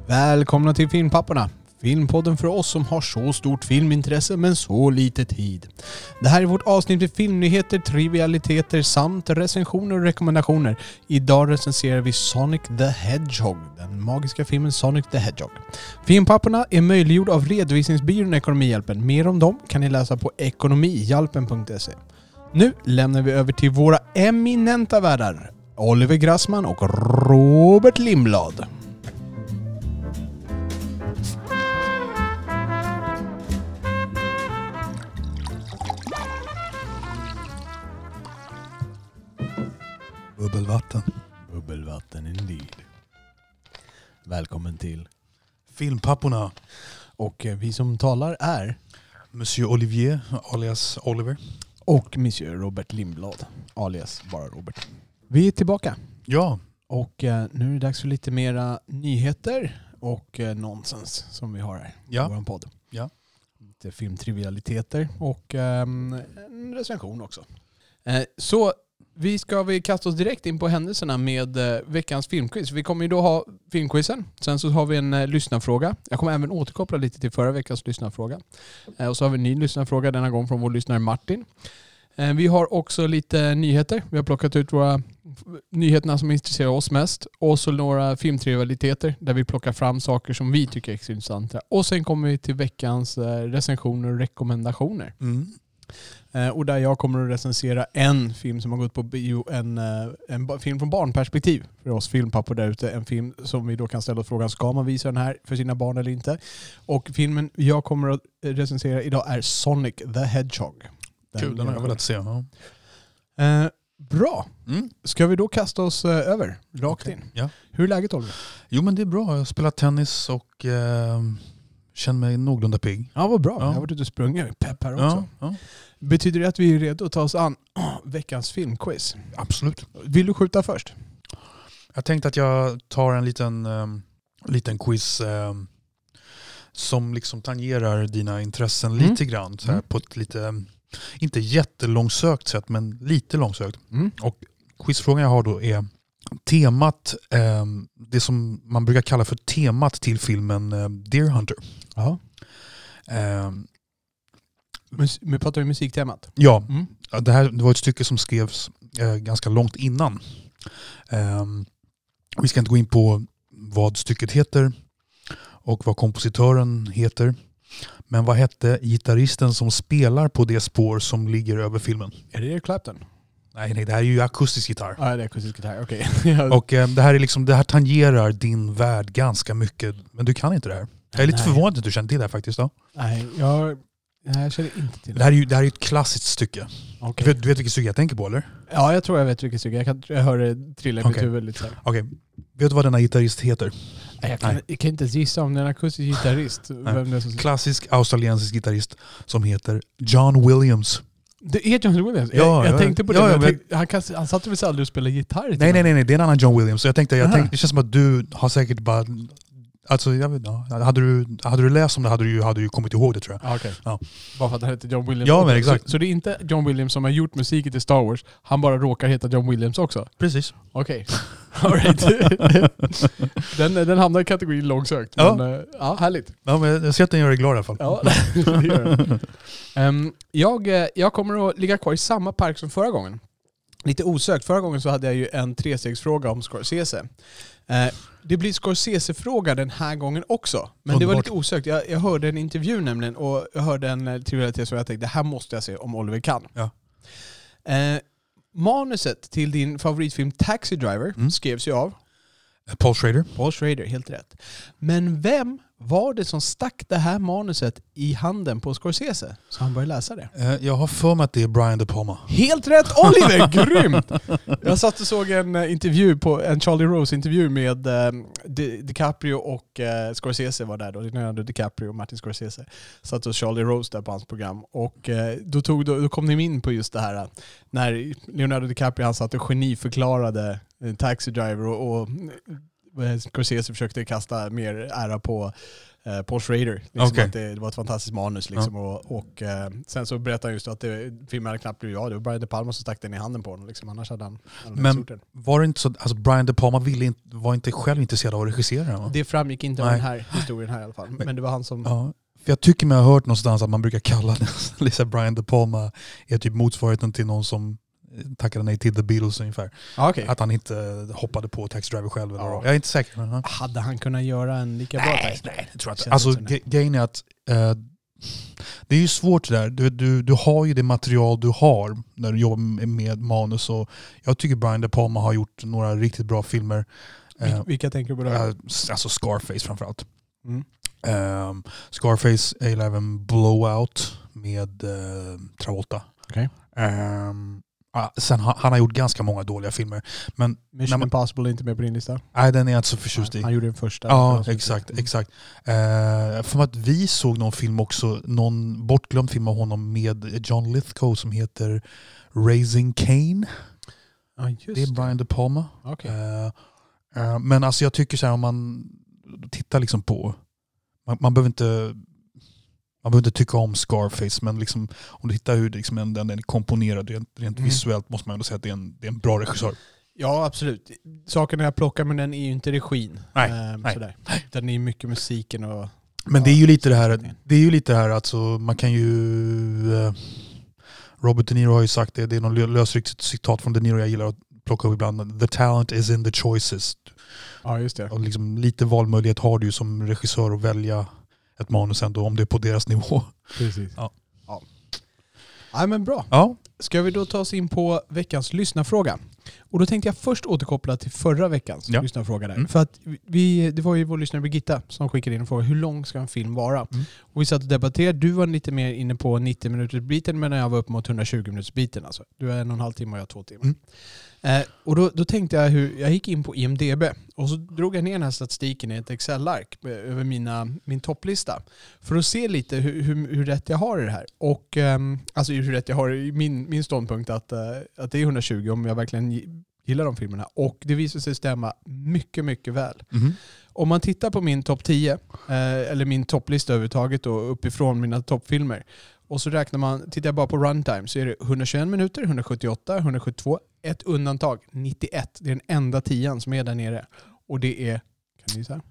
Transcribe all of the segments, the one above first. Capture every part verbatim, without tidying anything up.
Välkomna till Filmpapporna. Filmpodden för oss som har så stort filmintresse men så lite tid. Det här är vårt avsnitt med filmnyheter, trivialiteter samt recensioner och rekommendationer. Idag recenserar vi Sonic the Hedgehog, den magiska filmen Sonic the Hedgehog. Filmpapporna är möjliggjord av redovisningsbyrån Ekonomihjälpen. Mer om dem kan ni läsa på ekonomihjälpen punkt se. Nu lämnar vi över till våra eminenta värdar, Oliver Grassman och Robert Lindblad. Bubbelvatten. Bubbelvatten indeed. Välkommen till Filmpapporna. Och vi som talar är Monsieur Olivier, alias Oliver. Och Monsieur Robert Lindblad, alias bara Robert. Vi är tillbaka. Ja. Och eh, nu är det dags för lite mera nyheter och eh, nonsens som vi har här ja. i vår podd. Ja. Lite filmtrivialiteter och eh, en recension också. Eh, så vi ska vi kasta oss direkt in på händelserna med eh, veckans filmquiz. Vi kommer ju då ha filmquizen. Sen så har vi en eh, lyssnarfråga. Jag kommer även återkoppla lite till förra veckans lyssnarfråga. Eh, och så har vi en ny lyssnarfråga denna gång från vår lyssnare Martin. Eh, vi har också lite nyheter. Vi har plockat ut våra nyheterna som intresserar oss mest. Och så några filmtrivialiteter där vi plockar fram saker som vi tycker är extra intressanta. Och sen kommer vi till veckans eh, recensioner och rekommendationer. Mm. Uh, och där jag kommer att recensera en film som har gått på bio, en, uh, en ba- film från barnperspektiv för oss filmpappor där ute. En film som vi då kan ställa oss frågan, ska man visa den här för sina barn eller inte? Och filmen jag kommer att recensera idag är Sonic the Hedgehog. Den Kul, den har jag velat se. Ja. Uh, bra. Mm. Ska vi då kasta oss uh, över, rakt okay. in? Ja. Hur är läget, Oliver? Jo, men det är bra. Jag har spelat tennis och eh, känner mig någorlunda pigg. Ja, vad bra. Ja. Jag har varit ute och sprungit. Pepp här också. Ja, ja. Betyder det att vi är redo att ta oss an oh, veckans filmquiz? Absolut. Vill du skjuta först? Jag tänkte att jag tar en liten, um, liten quiz um, som liksom tangerar dina intressen mm. lite grann. Så här, mm. På ett lite, inte jättelångsökt sätt, men lite långsökt. Mm. Och quizfrågan jag har då är temat, um, det som man brukar kalla för temat till filmen um, Deer Hunter. Ja. Um, Mus- vi pratar ju musiktemat. Ja, mm. det här det var ett stycke som skrevs eh, ganska långt innan. Um, vi ska inte gå in på vad stycket heter och vad kompositören heter. Men vad hette gitarristen som spelar på det spår som ligger över filmen? Är det Eric Clapton? Nej, nej, det här är ju akustisk gitarr. Ja, det är akustisk gitarr, okej. Okay. Och eh, det här är liksom, det här tangerar din värld ganska mycket. Men du kan inte det här. Jag är lite nej. förvånad att du känner till det här faktiskt då. Nej, jag... Nej, jag känner inte till det. Det här är ju, det här är ett klassiskt stycke. Okay. Du, vet, du vet vilket stycke jag tänker på, eller? Ja, jag tror jag vet vilket stycke. Jag, kan, jag hör det trilla i okay. mitt huvud lite så här. Okej. Okay. Vet du vad denna gitarrist heter? Nej, jag, kan, jag kan inte gissa om det är en akustisk gitarrist. Vem det är som... Klassisk australiensisk gitarrist som heter John Williams. Det är John Williams? Ja, jag, jag ja, tänkte på det. ja, ja, jag tänkte, han, kan, han satt väl aldrig och spelade gitarr? Nej, nej, nej, nej. Det är en annan John Williams. Så jag tänkte, jag tänkte, det känns som att du har säkert bara... Alltså, jag vet, ja, hade, du, hade du läst om det hade du, hade du kommit ihåg det, tror jag. Ah, okay. Ja. Bara för att han heter John Williams. Ja, men exakt. Så, så det är inte John Williams som har gjort musiken till Star Wars. Han bara råkar heta John Williams också? Precis. Okej. Okay. All right. den, den hamnar i kategorin långsökt. Ja. Men, ja, härligt. Ja, men jag ser att den gör dig glad i alla fall. Ja, det gör den. Um, jag, jag kommer att ligga kvar i samma park som förra gången. Lite osökt. Förra gången så hade jag ju en trestegsfråga om Scorsese. Uh, det blir Scorsese-fråga den här gången också. Men Underbart. Det var lite osökt. Jag, jag hörde en intervju nämligen och jag hörde en trivialitet som jag tänkte, det här måste jag se om Oliver kan. Ja. Uh, manuset till din favoritfilm Taxi Driver mm. skrevs ju av Paul Schrader. Paul Schrader, helt rätt. Men vem var det som stack det här manuset i handen på Scorsese så han började läsa det? Jag har för mig att det är Brian De Palma. Helt rätt, Oliver! Grymt! Jag satt och såg en intervju på en Charlie Rose-intervju med uh, Di- DiCaprio och uh, Scorsese var där då. Leonardo DiCaprio och Martin Scorsese satt och Charlie Rose där på hans program. Och uh, då, tog, då, då kom de in på just det här uh, när Leonardo DiCaprio han satt och geniförklarade uh, Taxi Driver och, och Scorsese försökte kasta mer ära på eh, Paul Schrader. Liksom Okay. att det, det var ett fantastiskt manus. Liksom, ja. och, och eh, sen så berättade han just att det, filmen hade knappt blivit av. Det var Brian De Palma som stack den i handen på honom. Liksom. Annars hade han, hade Men var det inte så, alltså Brian De Palma ville inte, var inte själv intresserad av att regissera? Va? Det framgick inte av den här historien här i alla fall. Men, Men det var han som... Ja. För jag tycker mig ha hört någonstans att man brukar kalla liksom Brian De Palma är typ motsvarigheten till någon som tackade nej till The Beatles ungefär. Ah, okay. Att han inte hoppade på Taxi Driver själv. Eller ja. Jag är inte säker. Men, ja. Hade han kunnat göra en lika bra nej, text? Nej, jag tror att alltså, ge- grejen är att uh, det är ju svårt där. Du, du, du har ju det material du har när du jobbar med, med manus. Och jag tycker Brian De Palma har gjort några riktigt bra filmer. Vil- vilka tänker du på då? Uh, alltså Scarface framförallt. Mm. Um, Scarface är även Blowout med uh, Travolta. Okay. Um, uh, sen ha, han har gjort ganska många dåliga filmer. Men Mission man, Impossible är inte med på din lista? Nej, den är jag inte så förtjust i. Han gjorde den första. Ja, exakt. Mm. exakt. Uh, för att vi såg någon film också, någon bortglömd film av honom med John Lithgow som heter Raising Cain. Ah, just det är Brian De Palma. Okay. Uh, uh, men alltså jag tycker så här, om man tittar liksom på Man, man, behöver inte, man behöver inte tycka om Scarface, men liksom, om du hittar hur liksom, den, den är komponerad rent, rent mm. visuellt måste man ändå säga att det är en, det är en bra regissör. Ja, absolut. Sakerna jag plockar, men den är ju inte regin. Nej, ehm, nej. Sådär. Den är ju mycket musiken och... Men det är ju lite det här, det är ju lite det här alltså, man kan ju... Uh, Robert De Niro har ju sagt det, det är någon lösryckt citat från De Niro jag gillar att plocka upp ibland. The talent is in the choices. Ja, just det. Och liksom, lite valmöjlighet har du ju som regissör att välja ett manus ändå, om det är på deras nivå. Precis. Ja. Ja. Nej, men bra. Ja. Ska vi då ta oss in på veckans lyssnarfråga? Och då tänkte jag först återkoppla till förra veckans ja. lyssnarfråga där. Mm. För att vi, det var ju vår lyssnare Birgitta som skickade in en fråga. Hur lång ska en film vara? Mm. Och vi satt och debatterade. Du var lite mer inne på nittio minuters biten, men jag var upp mot hundratjugo minuters biten. Alltså. Du är en och en halv timme och jag två timmar. Mm. Eh, och då, då tänkte jag hur, jag gick in på I M D B och så drog jag ner den här statistiken i ett Excel-ark över mina, min topplista. För att se lite hur, hur, hur rätt jag har i det här. Och eh, alltså hur rätt jag har i min, min ståndpunkt att, eh, att det är hundratjugo om jag verkligen gillar de filmerna. Och det visar sig stämma mycket, mycket väl. Mm. Om man tittar på min topp tio, eh, eller min topplista överhuvudtaget och uppifrån mina toppfilmer. Och så räknar man, tittar jag bara på runtime så är det hundratjugoett minuter, hundrasjuttioåtta, hundrasjuttiotvå, ett undantag, nittioett. Det är den enda tian som är där nere. Och det är, kan ni gissa?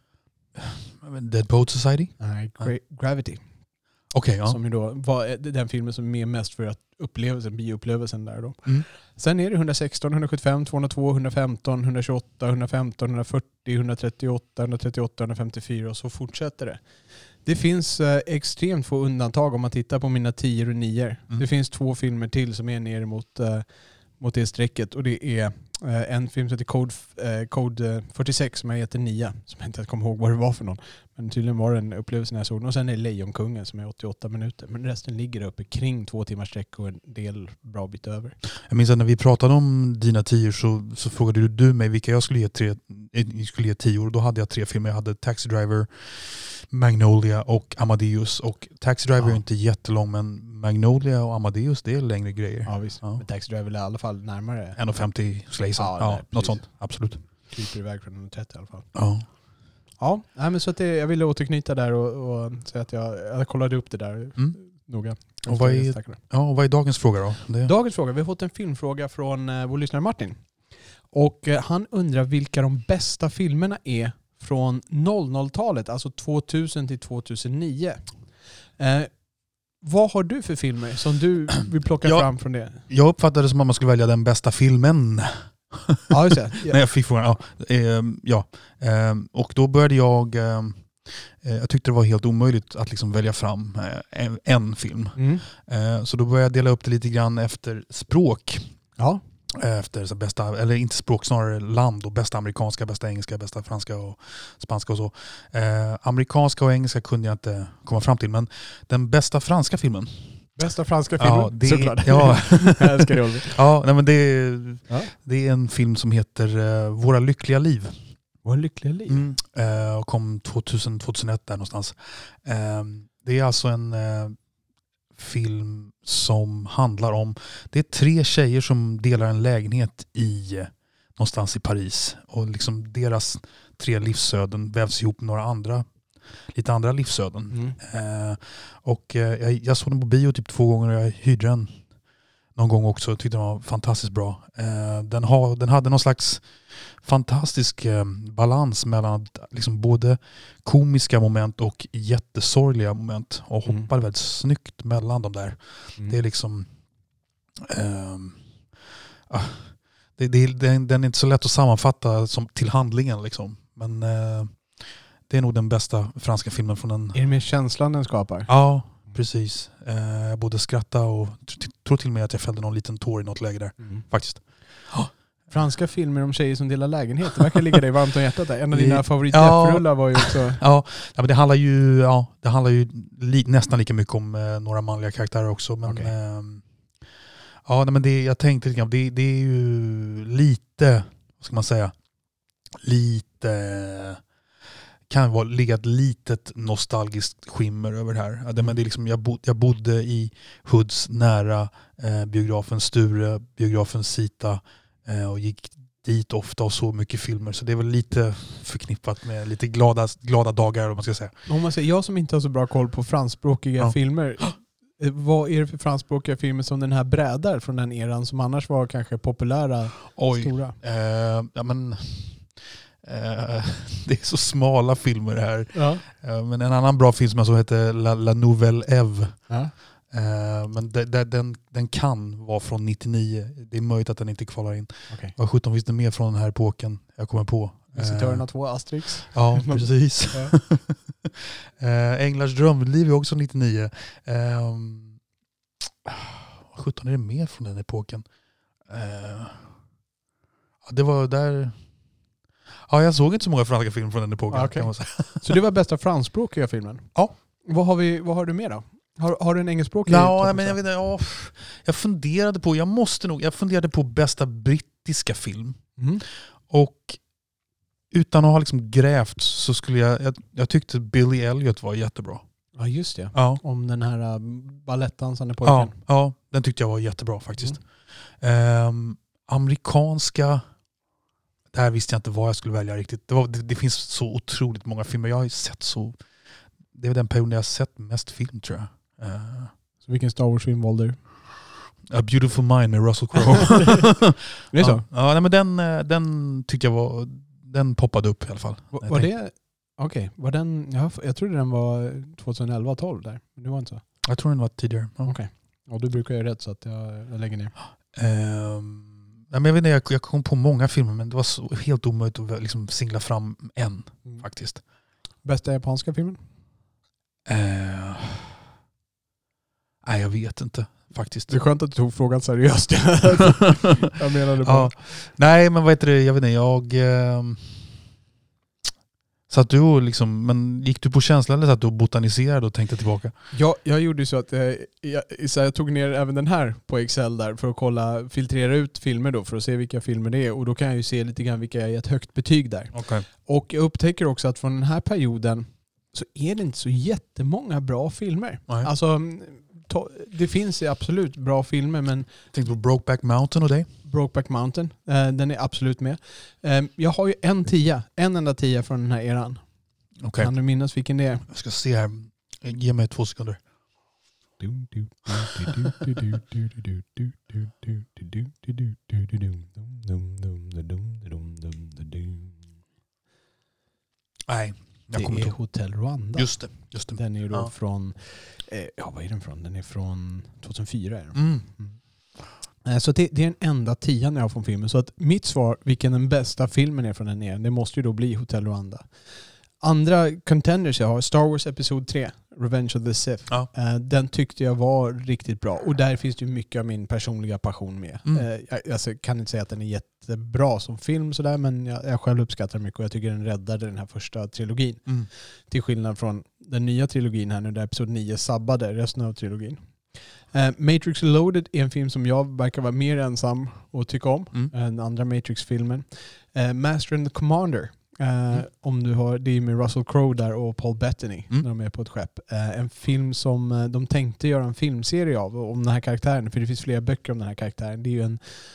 Dead Poets Society? Nej, Gra- Gravity. Okej, okay, ja. Som ju då var den filmen som är med mest för att upplevelsen, bioupplevelsen där då. Mm. Sen är det hundrasexton, hundrasjuttiofem, tvåhundratvå, hundrafemton, hundratjugoåtta, hundrafemton, hundrafyrtio, hundratrettioåtta, hundrattrettioåtta, hundrafemtiofyra och så fortsätter det. Det finns eh, extremt få undantag om man tittar på mina tio och nio. Mm. Det finns två filmer till som är ner mot, eh, mot det strecket och det är eh, en film som heter Code, eh, Code fyrtiosex som jag heter Nia, som jag inte kommer ihåg vad det var för någon. Men tydligen var det en upplevelse när jag såg den. Och sen är det Lejonkungen som är åttioåtta minuter. Men resten ligger uppe kring två timmars sträck och en del bra bit över. Jag minns att när vi pratade om dina tio så, så frågade du mig vilka jag skulle ge, tre, skulle ge tio. Och då hade jag tre filmer. Jag hade Taxi Driver, Magnolia och Amadeus. Och Taxi Driver ja. är inte jättelång, men Magnolia och Amadeus, det är längre grejer. Ja, visst. Ja. Men Taxi Driver är i alla fall närmare. en femtio Slazer. Ja, ja något sånt. Absolut. Kryper iväg från etthundratrettio i alla fall. Ja. Ja, men så att det, jag ville återknyta där och, och säga att jag, jag kollade upp det där mm. noga. Och vad, är, ja, och vad är dagens fråga då? Det... Dagens fråga, vi har fått en filmfråga från uh, vår lyssnare Martin. Och uh, han undrar vilka de bästa filmerna är från noll noll-talet, alltså tvåtusen till tvåtusenio. Uh, vad har du för filmer som du vill plocka jag, fram från det? Jag uppfattade det som att man skulle välja den bästa filmen. Ja, just det. Nej, jag fick frågan. Ja. Eh, ja. Eh, och då började jag... Eh, jag tyckte det var helt omöjligt att liksom välja fram eh, en, en film. Mm. Eh, så då började jag dela upp det lite grann efter språk. Ja. Efter så bästa, eller inte språk, snarare land. Och bästa amerikanska, bästa engelska, bästa franska och spanska och så. Eh, amerikanska och engelska kunde jag inte komma fram till. Men den bästa franska filmen... Bästa franska filmen? Ja, det, såklart. Ja. Jag älskar det. Ja, nej, men det, är, ja. det är en film som heter uh, Våra lyckliga liv. Våra lyckliga liv? Mm, uh, och kom tvåtusen till tvåtusenett där någonstans. Uh, det är alltså en uh, film som handlar om... Det är tre tjejer som delar en lägenhet i någonstans i Paris. Och liksom deras tre livsöden vävs ihop med några andra lite andra livsöden. Mm. Eh, och eh, jag, jag såg den på bio typ två gånger och jag hyrde den någon gång också. Jag tyckte den var fantastiskt bra. Eh, den, ha, den hade någon slags fantastisk eh, balans mellan liksom både komiska moment och jättesorgliga moment. Och Mm. hoppade väldigt snyggt mellan de där. Mm. Det är liksom... Eh, ah, det, det, den, den är inte så lätt att sammanfatta som till handlingen. Liksom. Men eh, det är nog den bästa franska filmen från en... Är det mer känslan den skapar? Ja, precis. Eh, jag både skratta och t- tror till och med att jag fällde någon liten tår i något läge där. Mm. Faktiskt. Franska filmer om tjejer som delar lägenhet. Det verkar ligga dig varmt om hjärtat där. En av dina Ja. favoritdepprullar var ju också... Ja, ja, men det handlar ju, ja, det handlar ju li, nästan lika mycket om eh, några manliga karaktärer också. Men, Okej. eh, ja, nej, men det, jag tänkte lite grann, det, det är ju lite, vad ska man säga, lite... kan vara, ligga ett litet nostalgiskt skimmer över det här. Ja, det, men det är liksom, jag, bod, jag bodde i Hoods nära eh, biografen Sture, biografen Sita eh, och gick dit ofta och så mycket filmer. Så det är väl lite förknippat med lite glada, glada dagar om man ska säga. Om man säger, jag som inte har så bra koll på franskspråkiga Ja. filmer, eh, vad är det för franskspråkiga filmer som den här brädar från den eran som annars var kanske populära, Oj. stora? Eh, ja, men, eh, det är så smala filmer här. Ja. Eh, men en annan bra film som jag såg heter La, La Nouvelle Eve. Ja. Uh, men de, de, den, den kan vara från nittionio. Det är möjligt att den inte kvalar in. Okay. Vad sjutton finns det mer från den här epoken jag kommer på? Visitörerna Uh, två, Asterix. ja, precis. Ja. uh, Änglars drömliv är också nittionio. Um, vad sjutton är det mer från den epoken? Uh, ja, det var där... Ja, jag såg inte så många franska filmer från den epoken. Okay. Kan man säga. Så det var bästa franskspråkiga filmen? Ja. Vad har, vi, vad har du mer då? Har, har du en engelskspråkig? Ja, men jag, vet, ja, jag funderade på, jag måste nog, jag funderade på bästa brittiska film. Mm. Och utan att ha liksom grävt så skulle jag, jag, jag tyckte Billy Elliot var jättebra. Ja, just det. Ja. Om den här uh, ballettdansande pojken. Ja, ja, den tyckte jag var jättebra faktiskt. Mm. Um, amerikanska, det här visste jag inte vad jag skulle välja riktigt. Det, var, det, det finns så otroligt många filmer. Jag har ju sett så, det är den perioden jag har sett mest film tror jag. Uh, så vilken Star Wars-film valde du? A Beautiful Mind med Russell Crowe. Det är så? Ja, ja nej, men den, den tyckte jag var, den poppade upp i alla fall. Var, var det, okej, okay, var den, jag, jag trodde den var tjugoelva tolv där, men det var inte så. Jag tror den var tidigare. Ja. Okej, okay. Och du brukar göra rätt så att jag, jag lägger ner. Um, nej, men jag, vet inte, jag, jag kom på många filmer men det var så helt omöjligt att liksom singla fram en mm. faktiskt. Bästa japanska filmen? Uh, nej, jag vet inte faktiskt. Det är skönt att du tog frågan seriöst. Jag menade bara. Ja, nej, men vad heter det? Jag vet inte, jag... Uh, satt du och liksom, men gick du på känslan eller satt du och botaniserade och tänkte tillbaka? Ja, jag gjorde så att eh, jag, så jag tog ner även den här på Excel där för att kolla, filtrera ut filmer då för att se vilka filmer det är. Och då kan jag ju se lite grann vilka jag gett högt betyg där. Okay. Och jag upptäcker också att från den här perioden så är det inte så jättemånga bra filmer. Nej. Alltså, to, det finns absolut bra filmer, men... Tänkte på Brokeback Mountain och dig? Brokeback Mountain, eh, den är absolut med. Eh, jag har ju en tia, en enda tia från den här eran. Okay. Kan du minnas vilken det är? Jag ska se här. Ge mig två sekunder. Nej, jag kommer det är inte. Hotel Rwanda. Just det, just det. Den är ju då ja. från, eh, ja vad är den från? Den är från tjugohundrafyra. Är den. Mm. Mm. Så det, det är den enda tian jag har från filmen. Så att mitt svar, vilken den bästa filmen är från den eran, det måste ju då bli Hotel Rwanda. Andra contenders jag har, Star Wars Episod tre, Revenge of the Sith. Ja. Uh, den tyckte jag var riktigt bra. Och där finns det ju mycket av min personliga passion med. Mm. Uh, jag alltså, kan inte säga att den är jättebra som film sådär, men jag, jag själv uppskattar mycket och jag tycker den räddade den här första trilogin. Mm. Till skillnad från den nya trilogin här nu där Episod nio sabbade resten av trilogin. Uh, Matrix Reloaded är en film som jag verkar vara mer ensam att tycka om Mm. än andra Matrix-filmer. Uh, Master and the Commander. Uh, Mm. Om du har, det är med Russell Crowe där och Paul Bettany Mm. när de är på ett skepp. Uh, en film som uh, de tänkte göra en filmserie av om den här karaktären, för det finns flera böcker om den här karaktären. Det är ju en,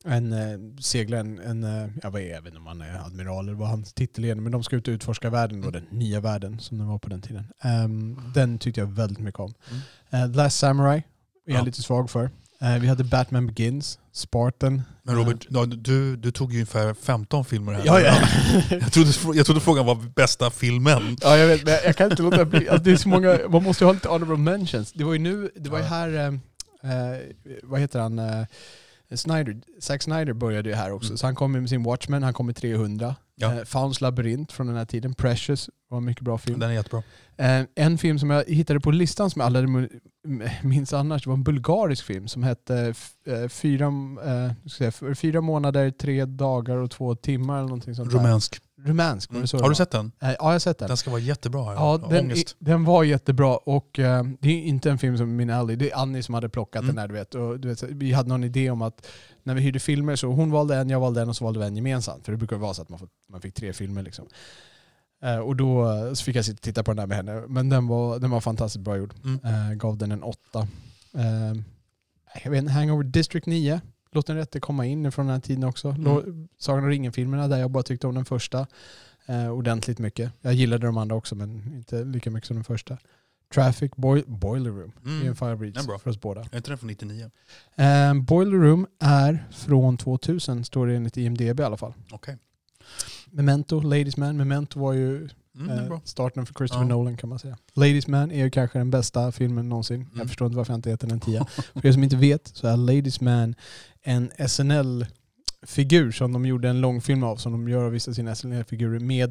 en eh, seglar en, en eh, jag vet inte om han är admiral eller vad hans titel är, men de ska ut och utforska världen då, den nya världen som den var på den tiden. Um, den tyckte jag väldigt mycket om. Mm. Uh, Last Samurai är jag ja. lite svag för. Uh, vi hade Batman Begins, Spartan. Men Robert, uh, du, du tog ju ungefär femton filmer här. Ja, ja. jag, trodde, jag trodde frågan var bästa filmen. Ja, jag vet, men jag kan inte låta bli. Alltså, det är så många, man måste ju ha lite honorable mentions. Det var ju nu, det var ju här, uh, uh, vad heter han? Uh, Snyder, Zack Snyder började ju här också. Mm. Så han kom med sin Watchmen, han kom med trehundra. Ja. Uh, Fauns labyrint från den här tiden. Precious var en mycket bra film. Den är jättebra. Uh, en film som jag hittade på listan som jag aldrig minns annars var en bulgarisk film som hette uh, fyra, uh, ska säga, fyra månader, tre dagar och två timmar eller någonting sånt. Romansk. Romansk, mm. Har du sett den? Uh, ja, jag har sett den. Den ska vara jättebra. Ja, ja den, i, den var jättebra och uh, det är inte en film som min Ally, det är Annie som hade plockat mm. den här, du vet. Och, du vet. Vi hade någon idé om att när vi hyrde filmer så hon valde en, jag valde en och så valde vi en gemensamt. För det brukar vara så att man, får, man fick tre filmer liksom. Uh, och då uh, så fick jag sitta och titta på den där med henne. Men den var, den var fantastiskt bra gjord. Mm. Uh, gav den en åtta. Uh, jag vet inte, Hangover District nio. Låt den rätte komma in från den här tiden också. Mm. Sagan om ringen-filmerna där jag bara tyckte om den första uh, ordentligt mycket. Jag gillade de andra också men inte lika mycket som den första. Traffic, Boi- Boiler Room. Mm. I en Fire Breeds för oss båda. Är inte den från nittionio? Uh, Boiler Room är från tvåtusen, står det enligt I M D B i alla fall. Okej. Okay. Memento, Ladies Man. Memento var ju mm, eh, starten för Christopher ja. Nolan kan man säga. Ladies Man är ju kanske den bästa filmen någonsin. Mm. Jag förstår inte varför jag inte heter den tia. För er som inte vet så är Ladies Man en S N L-figur som de gjorde en långfilm av, som de gör av vissa sina S N L-figurer med...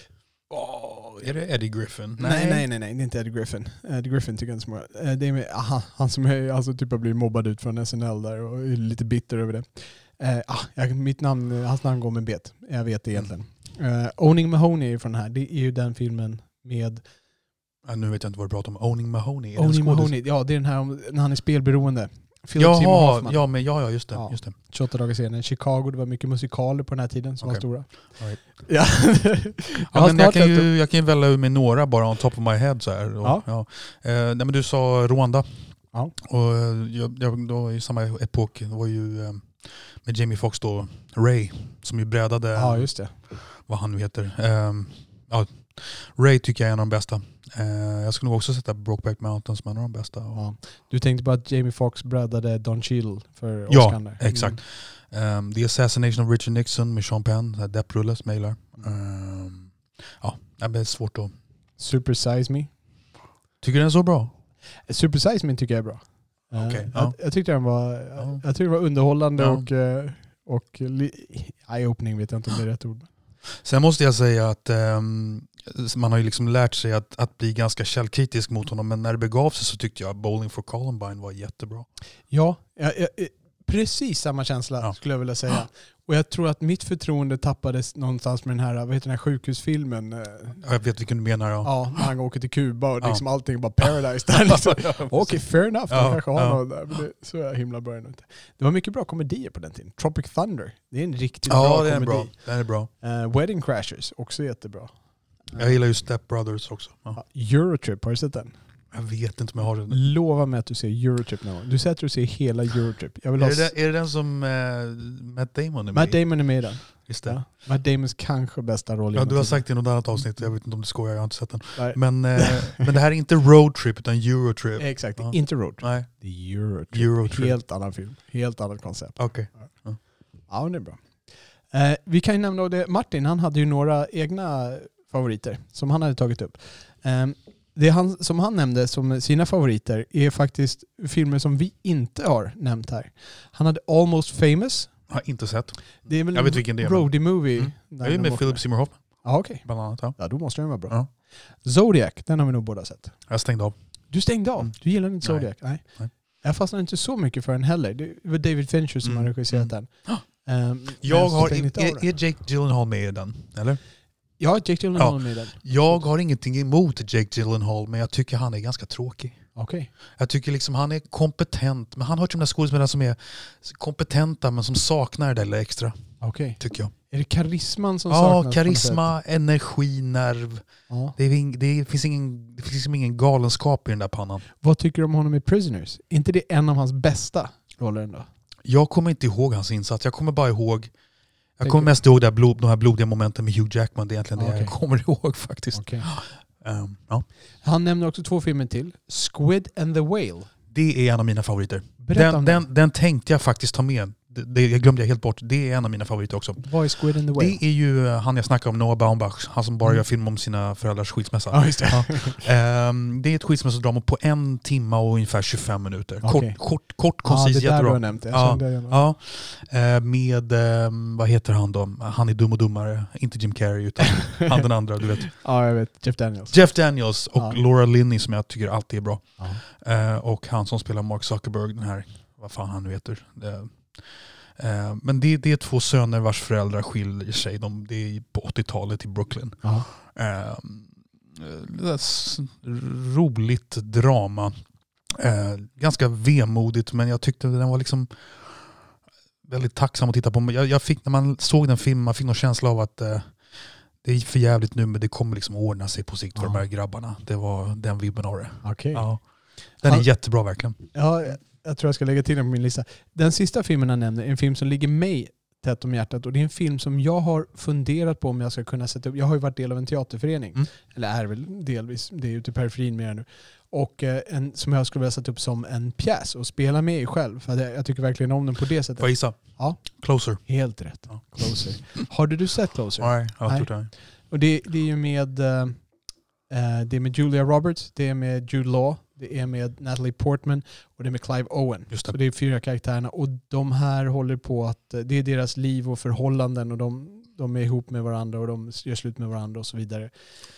Oh, är det Eddie Griffin? Nej, nej, nej, nej, det är inte Eddie Griffin. Eddie Griffin tycker jag inte så mycket. Det är med, aha, han som är, alltså, typ har blivit mobbad ut från S N L där och är lite bitter över det. Uh, ah, jag, mitt namn, hans namn går med bet. Jag vet det egentligen. Uh, Owning Mahoney är från den här. Det är ju den filmen med... Ja, nu vet jag inte vad du pratar om. Owning Mahoney. Är Owning Mahoney, ja det är den här om, när han är spelberoende. Jaha, ja, men, ja, ja just det. Ja, just det. tjugoåtta dagar senare. Chicago, det var mycket musikaler på den här tiden som okay. var stora. Right. Ja. ja, men jag, kan ju, jag kan ju välja ur med några bara on top of my head. Så här. Och, ja. Ja. Eh, nej, men du sa Rwanda. Ja. Och jag, jag, då i samma epok det var ju eh, med Jamie Foxx då, Ray, som ju brädade ja, just det. vad han nu heter. Eh, ja, Ray tycker jag är en av de bästa. Eh, jag skulle nog också sätta Brokeback Mountain som en av de bästa. Ja. Du tänkte på att Jamie Foxx brädade Don Cheadle för Oscar? Ja, där. Exakt. Mm. Um, The Assassination of Richard Nixon med Sean Penn, Depp-rulle som jag gillar. Um, ja, det är svårt att... Super Size Me. Tycker du den är så bra? Super Size Me tycker jag är bra. Okay, uh, ja. jag, jag tyckte den var, ja. jag tyckte den var underhållande ja. och, och eye-opening vet jag inte om det är rätt ord. Sen måste jag säga att um, man har ju liksom lärt sig att, att bli ganska källkritisk mot honom, men när det begav sig så tyckte jag Bowling for Columbine var jättebra. Ja, jag, jag, precis samma känsla ja. skulle jag vilja säga. Ja. Och jag tror att mitt förtroende tappades någonstans med den här, vad heter den här sjukhusfilmen? Jag vet vilken du menar. Ja, ja när han åker till Kuba och liksom ja. allting bara paradise där. Liksom. Okej, okay, fair enough. Ja. kanske har ja. någon där. Men det, så är jag himla bra. Det var mycket bra komedier på den tiden. Tropic Thunder, det är en riktigt ja, bra det är komedi. Bra. Den är bra. Uh, Wedding Crashers, också jättebra. Jag gillar ju Step Brothers också. Ja. Eurotrip, har du sett den? Jag vet inte om jag har den. Lova mig att du ser Eurotrip någon. Du säger att du ser hela Eurotrip. Jag vill är, ha det den, är det den som uh, Matt Damon är med Matt Damon är med i den. Just det. Ja. Matt Damons kanske bästa roll. Ja, du har sagt det i något annat avsnitt. Jag vet inte om du skojar, jag har inte sett den. Men, uh, men det här är inte Roadtrip utan Eurotrip. Exakt, ja. inte Road. Nej. Det är Eurotrip. Eurotrip. Helt annan film. Helt annat koncept. Okej. Okay. Ja. ja, det är bra. Uh, vi kan ju nämna det. Martin, han hade ju några egna favoriter som han hade tagit upp. Um, det han, som han nämnde som sina favoriter är faktiskt filmer som vi inte har nämnt här. Han hade Almost Famous. Jag har inte sett. Det är väl jag vet vilken det är. Roadie movie. Mm. Det är med Philip Seymour Hoffman. Ah, okej. Okay. Bland annat, ja. Ja, då måste den vara bra. Ja. Zodiac, den har vi nog båda sett. Jag stängde av. Du stängde av? Mm. Du gillar inte Zodiac? Nej. Nej. Jag fastnade inte så mycket för den heller. Det var David Fincher som mm. har regisserat mm. den. Um, jag har, är, är Jake Gyllenhaal med i den? Eller? Ja, Jake Gyllenhaal ja. med i den. Jag har ingenting emot Jake Gyllenhaal, men jag tycker han är ganska tråkig. Okay. Jag tycker liksom han är kompetent, men han har de där skådespelarna som är kompetenta men som saknar det där lilla extra. Okay. Tycker jag. Är det karisman som ja, saknas? Ja, karisma, energi, nerv. Ja. Det, är, det, finns ingen, det finns liksom ingen galenskap i den där pannan. Vad tycker du om honom i Prisoners? Är inte det en av hans bästa roller ändå? Jag kommer inte ihåg hans insats. Jag kommer bara ihåg... Jag kommer mest ihåg det här blod, de här blodiga momenten med Hugh Jackman. Det är egentligen det okay. jag kommer ihåg faktiskt. Okay. Um, ja. Han nämner också två filmer till. Squid and the Whale. Det är en av mina favoriter. Berätta den, om den, den tänkte jag faktiskt ta med. Det, det jag glömde jag helt bort. Det är en av mina favoriter också. Vad är Squid and the Whale? Det är ju han jag snackar om, Noah Baumbach. Han som bara mm. gör film om sina föräldrars skilsmässa. Ja, just det. Ja. um, det är ett skilsmässodrama på en timme och ungefär tjugofem minuter. Okay. Kort, kort, kort koncis, ja, jättebra. Det där nämnt. Jag ja, det ja. Uh, med, um, vad heter han då? Han är dum och dummare. Inte Jim Carrey utan han den andra, du vet. Ja, jag vet. Jeff Daniels. Jeff Daniels och ja. Laura Linney som jag tycker alltid är bra. Ja. Uh, och han som spelar Mark Zuckerberg, den här, vad fan han nu heter. Det, Uh, men det, det är två söner vars föräldrar skiljer sig. De, det är på åttiotalet i Brooklyn. Uh, det är roligt drama. Uh, ganska vemodigt, men jag tyckte den var liksom väldigt tacksam att titta på. Jag, jag fick, när man såg den filmen, man fick någon känsla av att uh, det är för jävligt nu, men det kommer liksom ordna sig på sikt för uh. de här grabbarna. Det var den vibben av det. Okay. Ja. Den är Han, jättebra verkligen. Ja, jag tror jag ska lägga till den på min lista. Den sista filmen jag nämner är en film som ligger mig tätt om hjärtat. Och det är en film som jag har funderat på om jag ska kunna sätta upp. Jag har ju varit del av en teaterförening. Mm. Eller är väl delvis. Det är ute i periferin mer nu. Och eh, en som jag skulle vilja sätta upp som en pjäs och spela med i själv. För jag, jag tycker verkligen om den på det sättet. Får jag gissa? Ja. Closer. Helt rätt. Ja. Closer. Har du, du sett Closer? Nej, jag har inte det. Och det, det är ju med, eh, det är med Julia Roberts. Det är med Jude Law. Det är med Natalie Portman och det är med Clive Owen. Just det. Så det är fyra karaktärerna. Och de här håller på att... Det är deras liv och förhållanden och de, de är ihop med varandra och de gör slut med varandra och så vidare.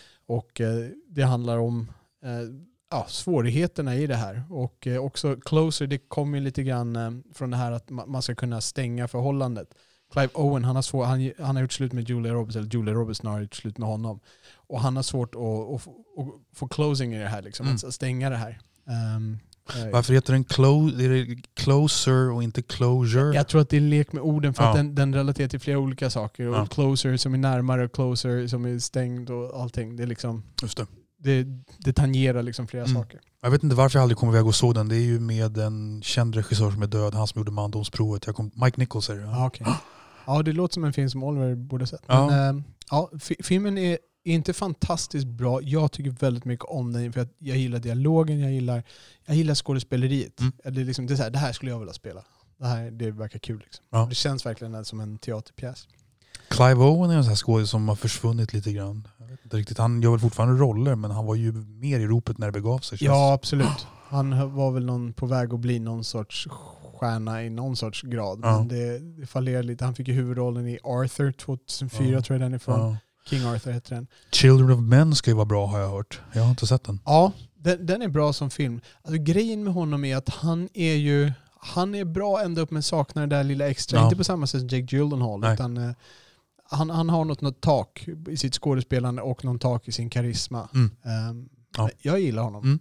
Och eh, det handlar om eh, ja, svårigheterna i det här. Och eh, också Closer, det kommer lite grann eh, från det här att ma- man ska kunna stänga förhållandet. Clive Owen, han har, svår, han, han har gjort slut med Julia Roberts, eller Julia Roberts har gjort slut med honom. Och han har svårt att, att, att få closing i det här, liksom, mm. att stänga det här. Um, Varför heter den clo- är det Closer och inte Closure? Jag tror att det är en lek med orden för ja. att den, den relaterar till flera olika saker. Ja. Och Closer som är närmare och Closer som är stängd och allting. Det är liksom... Just det. Det, det tangerar liksom flera mm. saker. Jag vet inte varför jag aldrig kommer iväg och såg den. Det är ju med en känd regissör som är död. Han som gjorde Mandomsprovet. Jag kom, Mike Nichols är det. Ja, okay. Ja, det låter som en film som Oliver borde sett. Ja. Men, äh, ja, f- filmen är inte fantastiskt bra. Jag tycker väldigt mycket om den för att jag gillar dialogen, jag gillar, jag gillar skådespeleriet. Mm. Det, är liksom, det, är så här, det här skulle jag vilja spela. Det här det verkar kul. Liksom. Ja. Det känns verkligen som en teaterpjäs. Clive Owen är en sån här skådespelare som har försvunnit lite grann. Jag vet inte riktigt. Han gör väl fortfarande roller, men han var ju mer i ropet när det begav sig. Ja, absolut. Han var väl någon på väg att bli någon sorts stjärna i någon sorts grad. Ja. Men det, det fallerade lite. Han fick ju huvudrollen i Arthur tjugohundrafyra, ja. tror jag den är från. Ja. King Arthur heter den. Children of Men ska ju vara bra, har jag hört. Jag har inte sett den. Ja, den, den är bra som film. Alltså, grejen med honom är att han är ju han är bra ända upp men saknar det där lilla extra. Ja. Inte på samma sätt som Jake Gyllenhaal. Nej. Utan eh, han, han har något, något tak i sitt skådespelande och någon tak i sin karisma. Mm. Um, ja. Jag gillar honom. Mm.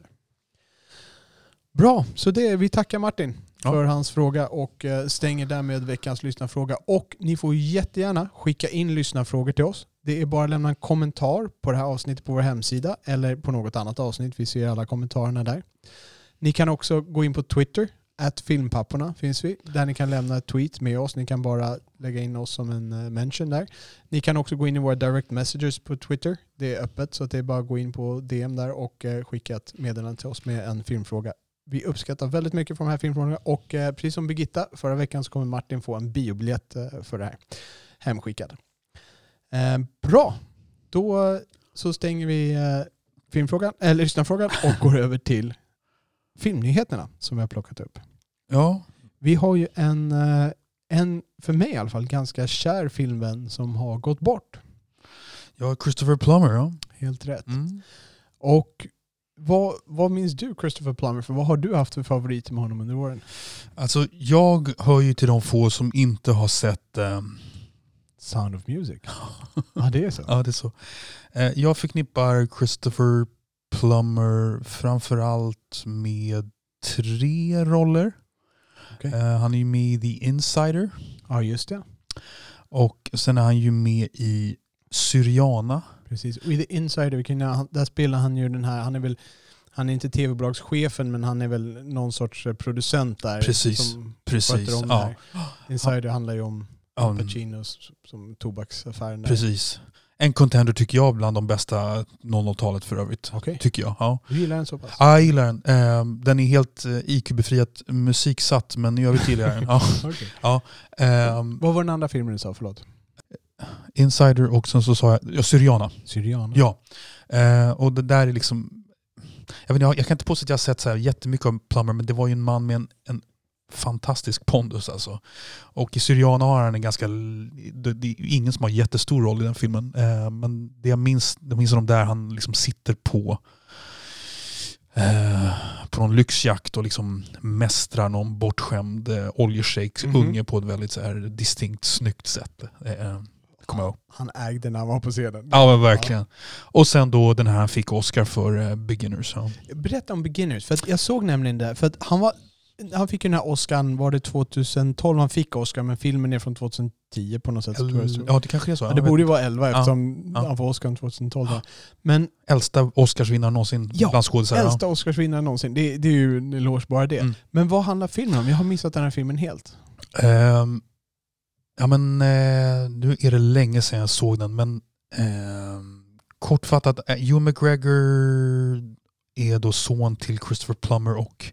Bra, så det, vi tackar Martin ja. för hans fråga och stänger därmed veckans lyssnarfråga. Och ni får jättegärna skicka in lyssnarfrågor till oss. Det är bara att lämna en kommentar på det här avsnittet på vår hemsida eller på något annat avsnitt. Vi ser alla kommentarerna där. Ni kan också gå in på Twitter, at filmpapporna finns vi, där ni kan lämna ett tweet med oss. Ni kan bara lägga in oss som en mention där. Ni kan också gå in i våra direct messages på Twitter. Det är öppet så att det är bara att gå in på D M där och skicka ett meddelande till oss med en filmfråga. Vi uppskattar väldigt mycket för de här filmfrågorna och eh, precis som Birgitta förra veckan så kommer Martin få en biobiljett eh, för det här hemskickad. Eh, bra, då så stänger vi eh, filmfrågan, eller lyssnarfrågan och går över till filmnyheterna som vi har plockat upp. Ja. Vi har ju en, eh, en för mig i alla fall ganska kär filmvän som har gått bort. Ja, Christopher Plummer. Ja. Helt rätt. Mm. Och Vad, vad minns du Christopher Plummer? För vad har du haft för favoriter med honom under åren? Alltså jag hör ju till de få som inte har sett um... Sound of Music. Ja, det är så. Ja, det är så. Uh, jag förknippar Christopher Plummer framförallt med tre roller. Okay. Uh, han är ju med i The Insider. Ja, just det. Och sen är han ju med i Syriana. Precis. Och i The Insider, där spelar han ju den här, han är väl han är inte tv-bolagschefen, men han är väl någon sorts producent där. Precis, som precis. Om Ja. Insider handlar ju om Ja, Al Pacinos som tobaksaffären där. precis. En contender tycker jag bland de bästa noll noll-talet för övrigt. Okay. Tycker jag. Ja. Du gillar den så pass? Ja, jag gillar den. Um, den är helt uh, I Q-befriat musiksatt, men i övrigt gillar jag den. Ja. Okay. Ja. Um, Vad var den andra filmen du sa? Förlåt. Insider och sen så sa jag ja, Syriana. Syriana? Ja. Uh, och det där är liksom... Jag, vet, jag, jag kan inte påstå att jag har sett så här jättemycket av Plummer, men det var ju en man med en, en fantastisk pondus alltså. Och i Syriana har han en ganska... Det, det är ingen som har jättestor roll i den filmen. Uh, men det jag minns, det minns de där han liksom sitter på uh, på någon lyxjakt och liksom mästrar någon bortskämd uh, oljeshejks mm-hmm. unge på ett väldigt så här distinkt snyggt sätt. Uh, kommer jag ihåg. Han ägde när han var på scenen. Ja, men verkligen. Ja. Och sen då den här han fick Oscar för uh, Beginners. Ja. Berätta om Beginners, för att jag såg nämligen det. För att han var... Han fick ju den här Oscarn, var det tjugotolv han fick Oscar, men filmen är från tjugohundratio på något sätt. El- tror jag så. Ja, det kanske är så. Ja, det borde ju vara elva eftersom ja. han får Oscar tjugotolv. Ja. Men äldsta Oscarsvinnare någonsin ja, bland skådespelare. äldsta Oscarsvinnare någonsin. Det, det är ju en eloge bara det. Mm. Men vad handlar filmen om? Jag har missat den här filmen helt. Um, ja, men uh, nu är det länge sedan jag såg den, men uh, kortfattat, uh, Ewan McGregor är då son till Christopher Plummer och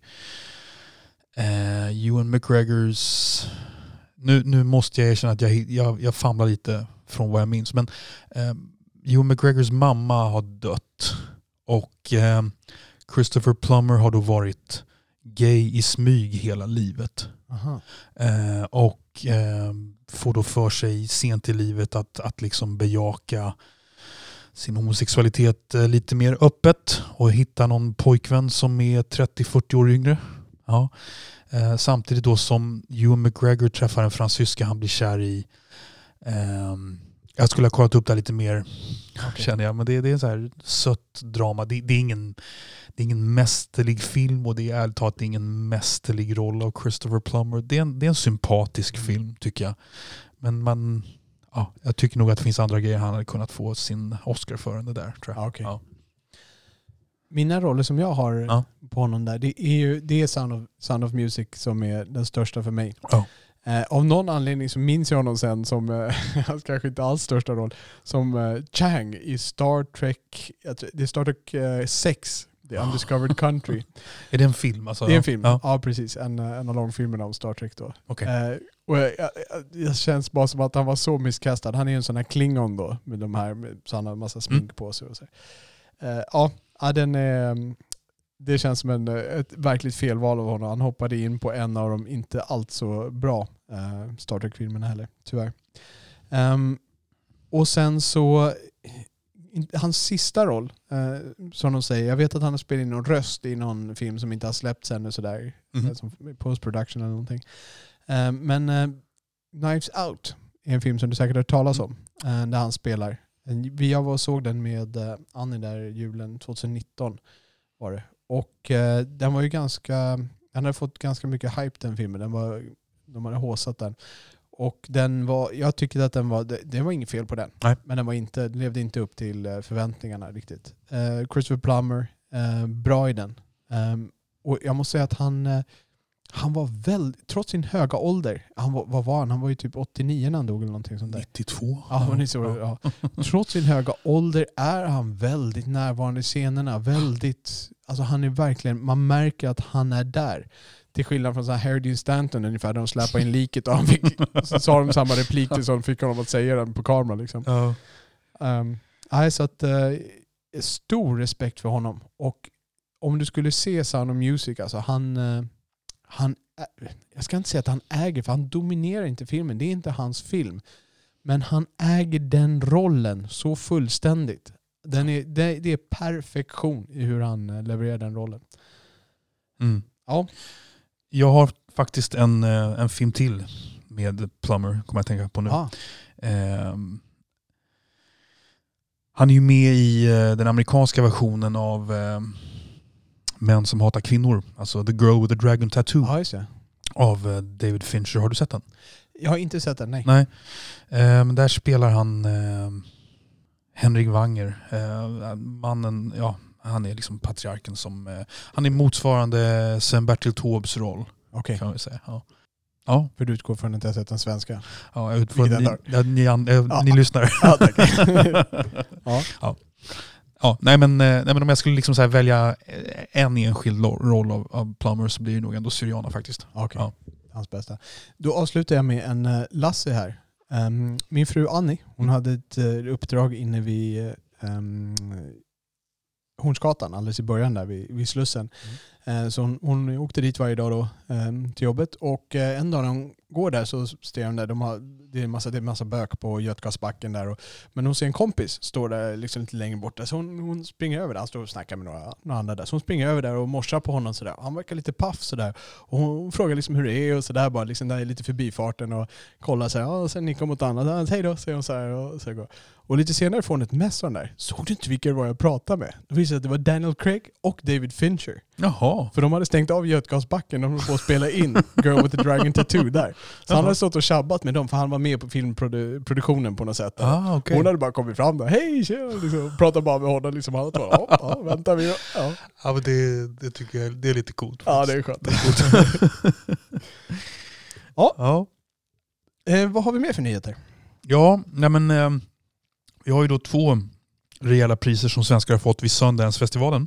Uh, Ewan McGregors nu, nu måste jag erkänna att jag, jag, jag famlar lite från vad jag minns, men uh, Ewan McGregors mamma har dött och uh, Christopher Plummer har då varit gay i smyg hela livet. Uh, och uh, får då för sig sent i livet att, att liksom bejaka sin homosexualitet uh, lite mer öppet och hitta någon pojkvän som är trettio till fyrtio år yngre. Ja. Eh, samtidigt då som Ewan McGregor träffar en fransyska han blir kär i. Eh, jag skulle ha kollat upp det lite mer, okay. känner jag. Men det, det är en så här sött drama. Det, det, är ingen, det är ingen mästerlig film och det är ärligt talat ingen mästerlig roll av Christopher Plummer. Det är en, det är en sympatisk mm. film tycker jag. Men man, ja, jag tycker nog att det finns andra grejer han hade kunnat få sin Oscar för än det där. Tror jag. Okay. Ja. Mina roller som jag har ja. på honom där, det är ju det är Sound of, Sound of Music som är den största för mig. Ja. Eh, av någon anledning så minns jag honom sen som, eh, kanske inte alls största roll, som eh, Chang i Star Trek, det är Star Trek eh, sex, The Undiscovered Country. Är det en film? Alltså? Det är en film, ja, ja precis. En, en av långfilmerna om Star Trek då. Okay. Eh, och jag, jag, det känns bara som att han var så misskastad. Han är ju en sån här Klingon då, med de här, med, så han har en massa smink mm. på sig och så. Eh, ja, Ja, den är, det känns som en, ett verkligt felval av honom. Han hoppade in på en av de inte allt så bra uh, Star Trek-filmerna heller, tyvärr. Um, och sen så, in, hans sista roll, uh, som de säger, jag vet att han har spelat in någon röst i någon film som inte har släppts ännu sådär, mm. som post-production eller någonting. Uh, men uh, Knives Out är en film som du säkert har hört talas om, uh, där han spelar. Jag var och såg den med uh, Annie där julen tjugonitton var det. Och uh, den var ju ganska, han hade fått ganska mycket hype den filmen. Den var, de hade håsat den. Och den var, jag tyckte att den var, det, det var inget fel på den. Nej. Men den var inte, levde inte upp till uh, förväntningarna riktigt. Uh, Christopher Plummer, uh, bra i den. Um, och jag måste säga att han, uh, han var väldigt, trots sin höga ålder, han var, vad var han? Han var ju typ åttionio när han dog eller någonting sånt där. nittiotvå Ja, men så, ja. Trots sin höga ålder är han väldigt närvarande i scenerna. Väldigt, alltså han är verkligen, man märker att han är där. Till skillnad från så här Harry Dean Stanton ungefär, där de släpar in liket och han fick, så sa de samma replik till så de fick honom att säga den på kamera liksom. Ja. Um, nej, så att uh, stor respekt för honom. Och om du skulle se Sound of Music, alltså han uh, Han, jag ska inte säga att han äger, för han dominerar inte filmen. Det är inte hans film. Men han äger den rollen så fullständigt. Den är, det, det är perfektion i hur han levererar den rollen. Mm. Ja. Jag har faktiskt en, en film till med Plummer, kommer jag tänka på nu. Ah. Um, han är ju med i den amerikanska versionen av um, Män som hatar kvinnor. Alltså The Girl with the Dragon Tattoo. Ja, just det. Av uh, David Fincher. Har du sett den? Jag har inte sett den, nej. Nej. Um, där spelar han uh, Henrik Wanger. Uh, mannen, ja, Han är liksom patriarken som... Eh, han är motsvarande Sven-Bertil Taubes roll. Okej. Kan vi säga. Ja. Ja. För du utgår från att jag har sett den svenska. Ja, jag utgår Vilket ni, ja, ni, an, eh, Ja. ni lyssnar. Ja, tack. Ja. Ja. Ja, nej, men, nej men om jag skulle liksom så här välja en enskild lo- roll av, av Plummer så blir det nog ändå Syriana faktiskt. Okej, Ja. hans bästa. Då avslutar jag med en uh, Lasse här. Um, min fru Annie, hon hade ett uh, uppdrag inne vid um, Hornsgatan alldeles i början där vid, vid Slussen. Mm. Uh, så hon, hon åkte dit varje dag då um, till jobbet och uh, en dag när hon går där så ser hon där, de har, det är en massa, det är en massa bök på Götgasbacken där. Och, men hon ser en kompis står där liksom lite längre bort. Så hon, hon springer över där. Han står och snackar med några, några andra där. Så hon springer över där och morsar på honom sådär. Han verkar lite paff sådär. Och hon, hon frågar liksom hur det är och sådär. Bara liksom där är lite förbifarten och kollar såhär. Ja, och sen nickar mot annat. Hej då, säger hon såhär. Och, så går. Och lite senare får hon ett mess från där. Såg du inte vilka det var jag pratade med? Då visade det att det var Daniel Craig och David Fincher. Jaha. För de hade stängt av Götgasbacken och de höll på att spela in Girl with the Dragon Tattoo där. Så han hade stått och tjabbat med dem för han var med på filmproduktionen på något sätt. Ah, okay. Hon hade bara kommit fram där. Hej, tjena! Liksom, pratade bara med honom. Liksom, han bara, ja, ja, väntar vi. Ja, ja men det, det tycker jag det är lite coolt. ja det är skönt. Det är ja. Ja. Eh, vad har vi mer för nyheter? Ja, nej men eh, vi har ju då två rejäla priser som svenskar har fått vid Sundance-festivalen.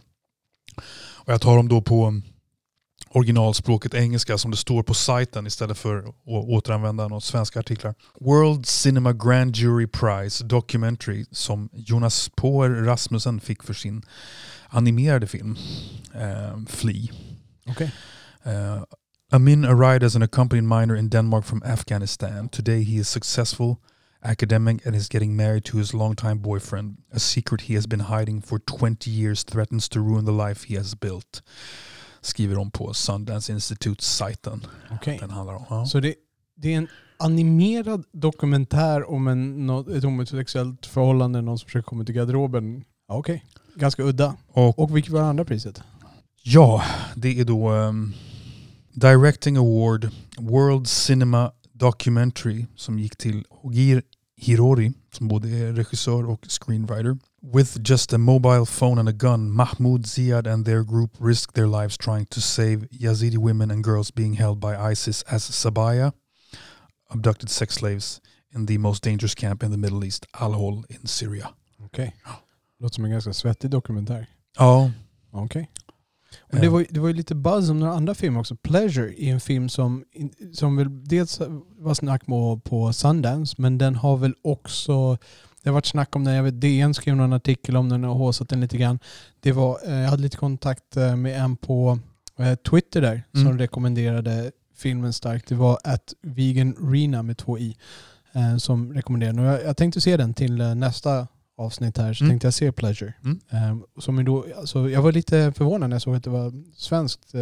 Och jag tar dem då på originalspråket engelska som det står på sajten istället för att återanvända några svenska artiklar. World Cinema Grand Jury Prize Documentary som Jonas Poer Rasmussen fick för sin animerade film eh, Flea. Okay. Uh, Amin arrived as an accompanied minor in Denmark from Afghanistan. Today he is successful academic and is getting married to his longtime boyfriend. A secret he has been hiding for twenty years threatens to ruin the life he has built. Skriver de på Sundance Institute-sajten. Okay. Den handlar om. Ja. Så det, det är en animerad dokumentär om en, ett homosexuellt förhållande, någon som försöker komma till garderoben. Ja, okej. Okay. Ganska udda. Och, och vilket var det andra priset? Ja, det är då um, Directing Award World Cinema Documentary som gick till Ogir Hirori som både är regissör och screenwriter. With just a mobile phone and a gun, Mahmoud Ziad and their group risked their lives trying to save Yazidi women and girls being held by ISIS as Sabaya, abducted sex slaves in the most dangerous camp in the Middle East, Al-Hol in Syria. Okej. Okay. Låter som en ganska svettig dokumentär. Ja. Okej. Okay. Och det var, ju, det var ju lite buzz om några andra filmer också. Pleasure är en film som, som väl dels var snack på, på Sundance, men den har väl också, det har varit snack om den, jag vet D N skrev någon artikel om den och håsat den lite grann. Det var, jag hade lite kontakt med en på Twitter där mm. som rekommenderade filmen starkt. Det var att Vegan Rena med två i som rekommenderade. Och jag, jag tänkte se den till nästa avsnitt här, så mm. tänkte jag se Pleasure. Mm. Um, som är då, alltså, jag var lite förvånad när jag såg att det var svenskt,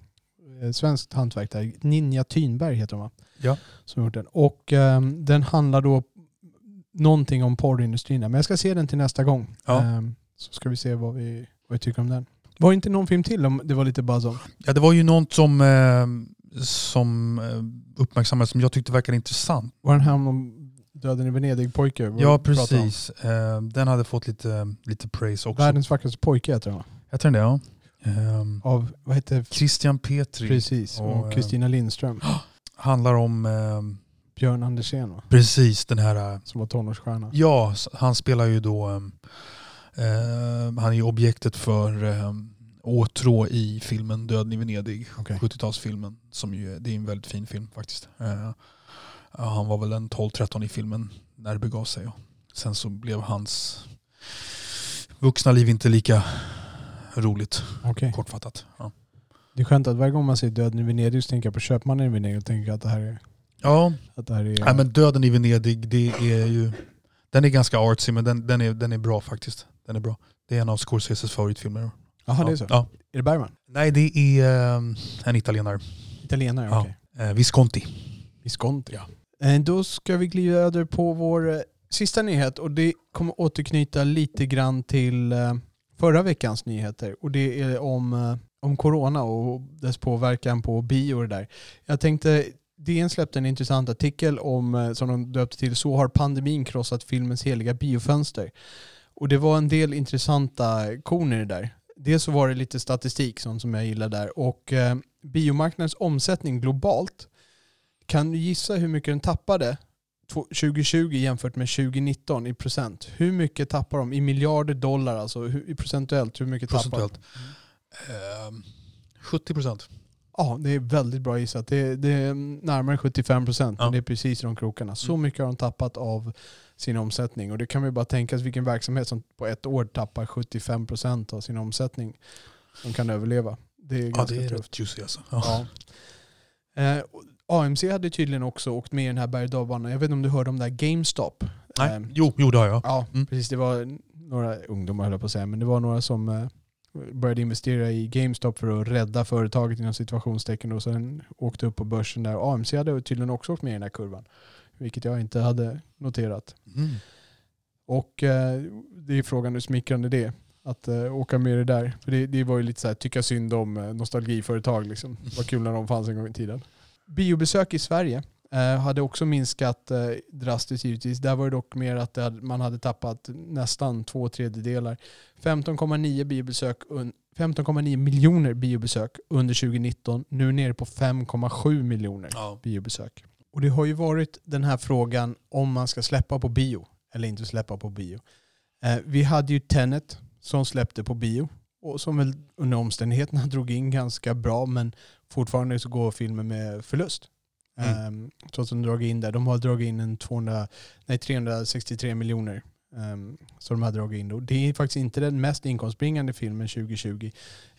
eh, svenskt hantverk där. Ninja Thynberg heter de, va? Ja. Som gjort den. Och um, den handlar då någonting om porrindustrin. Men jag ska se den till nästa gång. Ja. Um, så ska vi se vad vi, vad vi tycker om den. Var inte någon film till om det var lite buzz om? Ja, det var ju något som, eh, som uppmärksammades som jag tyckte verkade intressant. Var den här om Döden i Venedig pojke? Ja, precis. Uh, den hade fått lite, lite praise också. Världens vackraste pojke heter den, va? Jag tror det, ja. Um, Av, vad heter Christian Petri. Precis, och Kristina Lindström. Handlar om... Um, Björn Andersén, va? Precis, den här... Uh, som var tonårsstjärna. Ja, han spelar ju då... Um, uh, han är ju objektet för um, åtrå i filmen Döden i Venedig. Okay. sjuttiotalsfilmen. Som ju, det är en väldigt fin film faktiskt. Uh, Han var väl en tolv tretton i filmen när det begav sig. Sen så blev hans vuxna liv inte lika roligt. Okay. Kortfattat. Ja. Det är skönt att varje gång man ser Döden i Venedig så tänker jag på Köpmannen i Venedig och tänker att det här är... Ja, att det här är, Nej, men Döden i Venedig, det är ju... Den är ganska artsy, men den, den, är, den är bra faktiskt. Den är bra. Det är en av Scorseses favoritfilmer. Jaha, ja. det är så? Ja. Är det Bergman? Nej, det är um, en italienare. Italienare, ja. okej. Okay. Uh, Visconti. Visconti, ja. Då ska vi glida över på vår sista nyhet, och det kommer återknyta lite grann till förra veckans nyheter, och det är om, om corona och dess påverkan på bio och det där. Jag tänkte, D N släppte en intressant artikel om, som de döpte till Så har pandemin krossat filmens heliga biofönster. Och det var en del intressanta korn i det där. dels så var det lite statistik sånt som jag gillar där. Och eh, biomarknadens omsättning globalt, kan du gissa hur mycket den tappade tjugo tjugo jämfört med tjugo nitton i procent? Hur mycket tappar de i miljarder dollar, alltså hur, i procentuellt, hur mycket Procentuellt. tappar de? Mm. Eh, sjuttio procent. Ja, det är väldigt bra gissat. Det, det är närmare sjuttiofem procent, ja. men det är precis i de krokarna. Så mm. mycket har de tappat av sin omsättning. Och det kan vi bara tänka sig vilken verksamhet som på ett år tappar sjuttiofem procent av sin omsättning som kan överleva. Det är ganska ja, det är tufft. rätt juicy alltså. Ja. Ja. Eh, A M C hade tydligen också åkt med i den här berg- och dalbanan. Jag vet inte om du hörde om det där GameStop. Nej, Eh, jo, jo det har jag. Ja, mm. precis. Det var några ungdomar, höll jag på att säga, men det var några som eh, började investera i GameStop för att rädda företaget inom situationstecken och sen åkte upp på börsen där. A M C hade tydligen också åkt med i den här kurvan, vilket jag inte hade noterat. Mm. Och eh, det är frågan hur smickrande det är att eh, åka med det där. För det, det var ju lite så här, tycka synd om eh, nostalgiföretag liksom. Vad kul när de fanns en gång i tiden. Biobesök i Sverige eh, hade också minskat eh, drastiskt givetvis. Där var det dock mer att det hade, man hade tappat nästan två tredjedelar. femton komma nio biobesök un, femton komma nio miljoner biobesök under tjugo nitton. Nu nere på fem komma sju miljoner ja. biobesök. Och det har ju varit den här frågan om man ska släppa på bio eller inte släppa på bio. Eh, vi hade ju Tenet som släppte på bio och som väl under omständigheterna drog in ganska bra, men fortfarande så går filmen med förlust. Mm. Um, trots att de dragit in där. De har dragit in en tvåhundra, nej, trehundrasextiotre miljoner. Um, så de har dragit in då. Det är faktiskt inte den mest inkomstbringande filmen tjugo tjugo.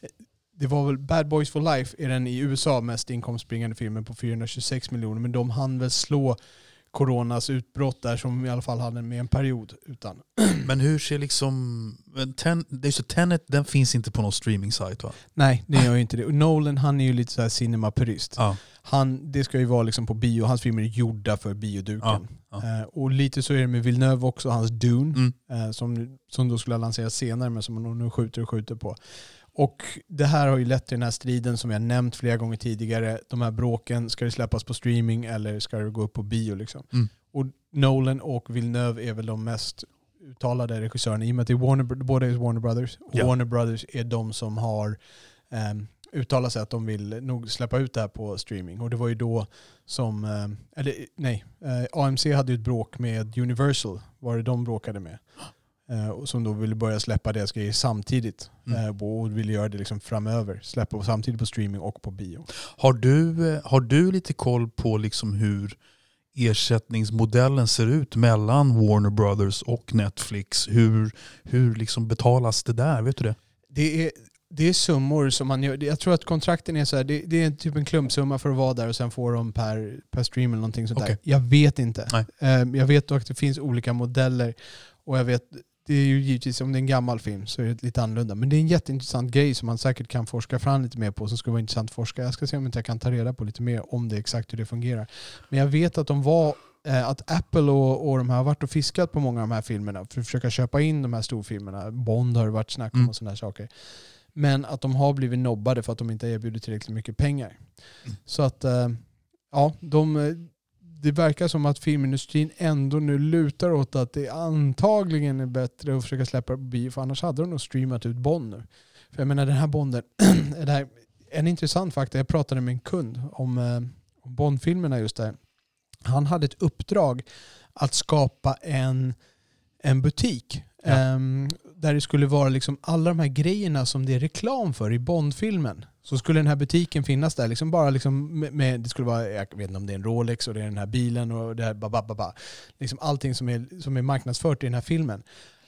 Det var väl Bad Boys for Life är den i U S A mest inkomstbringande filmen på fyrahundratjugosex miljoner, men de hann väl slå coronas utbrott där som i alla fall hade med en period utan. Men hur ser liksom ten, det är så Tenet, den finns inte på någon streaming-sajt va? Nej, det gör ju inte det. Och Nolan, han är ju lite så här cinemapurist. Ja. Han, det ska ju vara liksom på bio. Hans filmer är gjorda för bioduken. Ja. Ja. Eh, och lite så är det med Villeneuve också, hans Dune, mm. eh, som, som då skulle lanseras senare men som man nu skjuter och skjuter på. Och det här har ju lett till den här striden som jag nämnt flera gånger tidigare. De här bråken, ska det släppas på streaming eller ska det gå upp på bio liksom? Mm. Och Nolan och Villeneuve är väl de mest uttalade regissörerna i och med att det är Warner, båda är Warner Brothers. Och ja. Warner Brothers är de som har um, uttalat sig att de vill nog släppa ut det här på streaming. Och det var ju då som, um, eller nej, uh, A M C hade ju ett bråk med Universal. Var det de bråkade med? Uh, som då ville börja släppa deras grejer samtidigt. Mm. Uh, och ville göra det liksom framöver. Släppa samtidigt på streaming och på bio. Har du, har du lite koll på liksom hur ersättningsmodellen ser ut mellan Warner Brothers och Netflix? Hur, hur liksom betalas det där? Vet du det? Det är, det är summor som man gör. Jag tror att kontrakten är så här. Det, det är typ en klumpsumma för att vara där och sen får de per, per stream eller någonting sånt okay. där. Jag vet inte. Uh, jag vet dock att det finns olika modeller och jag vet. Det är ju givetvis, om det är en gammal film så är det lite annorlunda. Men det är en jätteintressant grej som man säkert kan forska fram lite mer på. Som skulle vara intressant att forska. Jag ska se om inte jag kan ta reda på lite mer om det exakt hur det fungerar. Men jag vet att de var eh, att Apple och, och de här har varit och fiskat på många av de här filmerna för att försöka köpa in de här storfilmerna. Bond har det varit snack om mm. och sådana här saker. Men att de har blivit nobbade för att de inte erbjuder tillräckligt mycket pengar. Mm. Så att eh, ja, de... Det verkar som att filmindustrin ändå nu lutar åt att det antagligen är bättre att försöka släppa på bio, för annars hade de nog streamat ut Bond nu. För jag menar den här Bonden, det här, en intressant fakta, jag pratade med en kund om, eh, om Bond-filmerna just där. Han hade ett uppdrag att skapa en, en butik ja. um, där det skulle vara liksom alla de här grejerna som det är reklam för i Bond-filmen. Så skulle den här butiken finnas där liksom bara liksom med, med det skulle vara, jag vet inte om det är en Rolex och det är den här bilen och det här babababa. Liksom allting som är som är marknadsfört i den här filmen.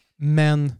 Men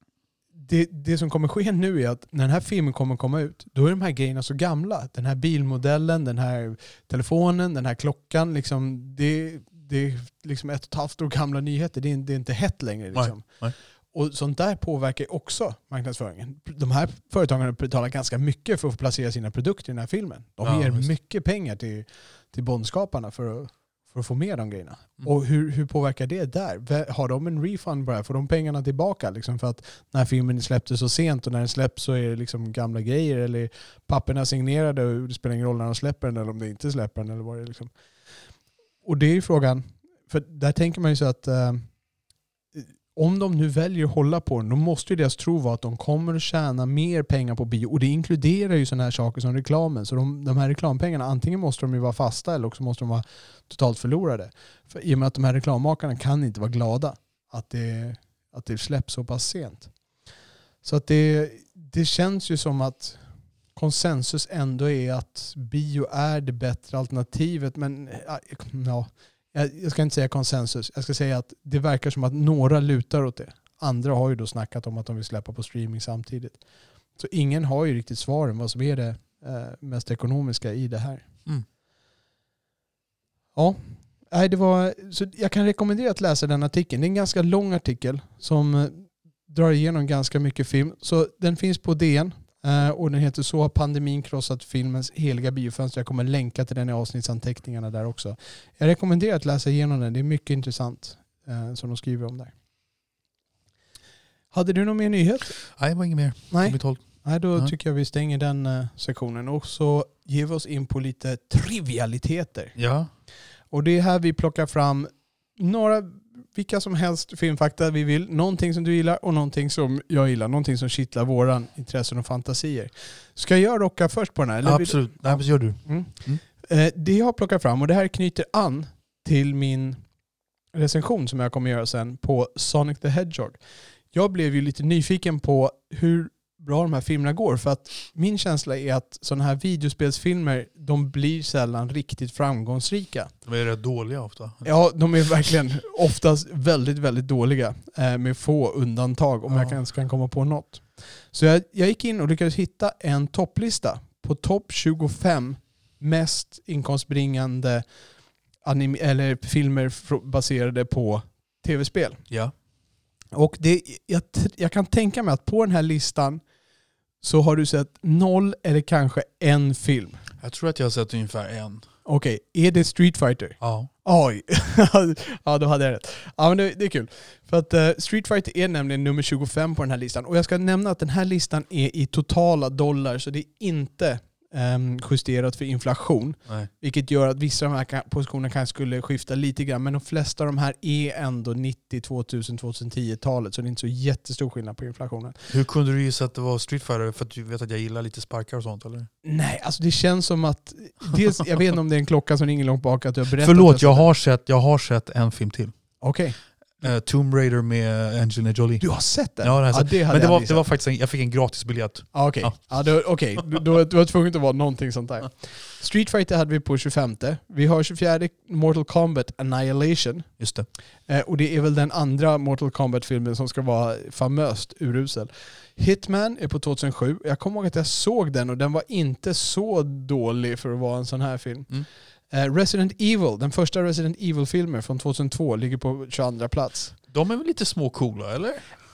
det, det som kommer ske nu är att när den här filmen kommer komma ut, då är de här grejerna så gamla. Den här bilmodellen, den här telefonen, den här klockan liksom det det är liksom ett och ett halvt år gamla nyheter. Det är, det är inte hett längre liksom. Nej, nej. Och sånt där påverkar också marknadsföringen. De här företagen betalar ganska mycket för att få placera sina produkter i den här filmen. De ja, ger just. mycket pengar till, till bondskaparna för att, för att få med de grejerna. Mm. Och hur, hur påverkar det där? Har de en refund bara? Får de pengarna tillbaka? Liksom för att när filmen släpptes så sent och när den släpps så är det liksom gamla grejer eller papperna signerade och det spelar ingen roll när de släpper den eller om de inte släpper den eller vad det är liksom. Och det är ju frågan, för där tänker man ju så att uh, om de nu väljer att hålla på den, då måste ju deras tro vara att de kommer att tjäna mer pengar på bio. Och det inkluderar ju sådana här saker som reklamen. Så de, de här reklampengarna, antingen måste de ju vara fasta eller också måste de vara totalt förlorade. För i och med att de här reklammakarna kan inte vara glada att det, att det släpps så pass sent. Så att det, det känns ju som att konsensus ändå är att bio är det bättre alternativet. Men ja, jag ska inte säga konsensus. Jag ska säga att det verkar som att några lutar åt det. Andra har ju då snackat om att de vill släppa på streaming samtidigt. Så ingen har ju riktigt svaren vad som är det eh, mest ekonomiska i det här. Mm. Ja, nej, det var, så jag kan rekommendera att läsa den artikeln. Det är en ganska lång artikel som eh, drar igenom ganska mycket film. Så den finns på D N. Uh, och den heter Så har pandemin krossat filmens heliga biofönster. Jag kommer länka till den i avsnittsanteckningarna där också. Jag rekommenderar att läsa igenom den. Det är mycket intressant uh, som de skriver om där. Hade du någon mer nyhet? Nej, det var inget mer. Nej, Nej då Nej. tycker jag vi stänger den uh, sektionen. Och så ger vi oss in på lite trivialiteter. Ja. Och det är här vi plockar fram några, vilka som helst filmfakta vi vill. Någonting som du gillar och någonting som jag gillar. Någonting som kittlar våran intressen och fantasier. Ska jag rocka först på den här? Eller Absolut. vill... Nej, men gör du. Mm. Mm. Eh, det jag har plockat fram, och det här knyter an till min recension som jag kommer göra sen på Sonic the Hedgehog. Jag blev ju lite nyfiken på hur bra de här filmerna går, för att min känsla är att sådana här videospelsfilmer, de blir sällan riktigt framgångsrika. De är rätt dåliga ofta. Ja, de är verkligen oftast väldigt, väldigt dåliga eh, med få undantag, om ja. jag kan, kan komma på något. Så jag, jag gick in och lyckades hitta en topplista på topp tjugofem mest inkomstbringande anime, eller filmer fr- baserade på tv-spel. Ja. Och det, jag, jag kan tänka mig att på den här listan så har du sett noll eller kanske en film. Jag tror att jag har sett ungefär en. Okej, okay. Är det Street Fighter? Ja. Oj, ja då hade jag rätt. Ja men det, det är kul. För att uh, Street Fighter är nämligen nummer tjugofem på den här listan. Och jag ska nämna att den här listan är i totala dollar, så det är inte um, justerat för inflation. Nej. Vilket gör att vissa av de här positionerna kanske skulle skifta lite grann. Men de flesta av de här är ändå nittio, tvåtusen, tjugohundra-talet. Så det är inte så jättestor skillnad på inflationen. Hur kunde du gissa att det var Street Fighter? För att du vet att jag gillar lite sparkar och sånt, eller? Nej, alltså det känns som att... Dels, jag vet inte om det är en klocka som ringer långt bak att du har berättat... Förlåt, jag har, sett, jag har sett en film till. Okej. Okay. Uh, Tomb Raider med Angelina Jolie. Du har sett den? Ja, det ja, det hade men det var, jag det var faktiskt en, jag fick en gratis biljett. Ah, Okej, okay. ja. ja, okay. du, du, du var tvungen att vara någonting sånt där. Street Fighter hade vi på tjugofemte. Vi har tjugofjärde Mortal Kombat Annihilation. Just det. Eh, och det är väl den andra Mortal Kombat-filmen som ska vara famöst urusel. Hitman är på tjugohundrasju. Jag kommer ihåg att jag såg den och den var inte så dålig för att vara en sån här film. Mm. Eh, Resident Evil, den första Resident Evil-filmen från tjugohundratvå, ligger på tjugoandra plats. De är väl lite små coola, eller?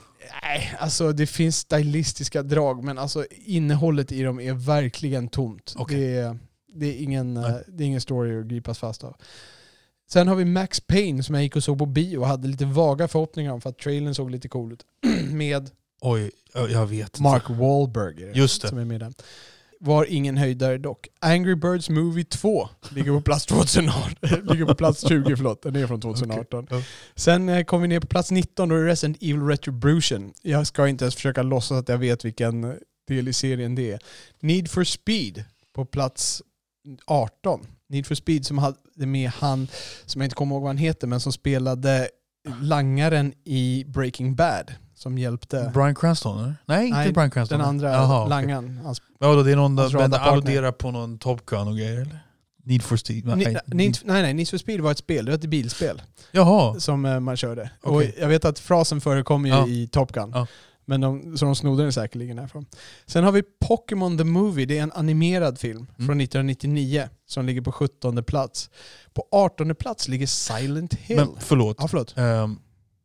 Nej, alltså det finns stilistiska drag, men alltså innehållet i dem är verkligen tomt. Okay. Det, är, det, är ingen, det är ingen story att gripas fast av. Sen har vi Max Payne som jag gick och såg på bio och hade lite vaga förhoppningar om för att trailern såg lite cool ut. Med Oj, jag vet Mark Wahlberg är det, Just det. som är med den. Var ingen höjdare dock. Angry Birds Movie två ligger på plats tjugohundraarton. ligger på plats tjugo, förlåt. Den är från tjugoarton. Okay. Sen eh, kom vi ner på plats nitton och Resident Evil Retribution. Jag ska inte ens försöka låtsas att jag vet vilken del i serien det är. Need for Speed på plats arton. Need for Speed som hade med han, som jag inte kommer ihåg vad han heter, men som spelade langaren i Breaking Bad. Som hjälpte... Bryan Cranston, eller? Nej, inte Nej, Bryan Cranston. Den andra Jaha, langaren. Okay. Hans, ja, då, det är någon som alluderar partner. på någon Top Gun och grejer, eller? Need for Speed? Nej, nej, nej, nej, Need for Speed var ett spel. Det var ett bilspel. Jaha. Som uh, man körde. Okay. Och jag vet att frasen förekommer ju ja. i Top Gun. Ja. Men de, så de snodde den säkerligen härifrån. Sen har vi Pokémon the Movie. Det är en animerad film mm. från nittonhundranittionio som ligger på sjuttonde plats. På artonde plats ligger Silent Hill. Men förlåt. Ja, förlåt. Um,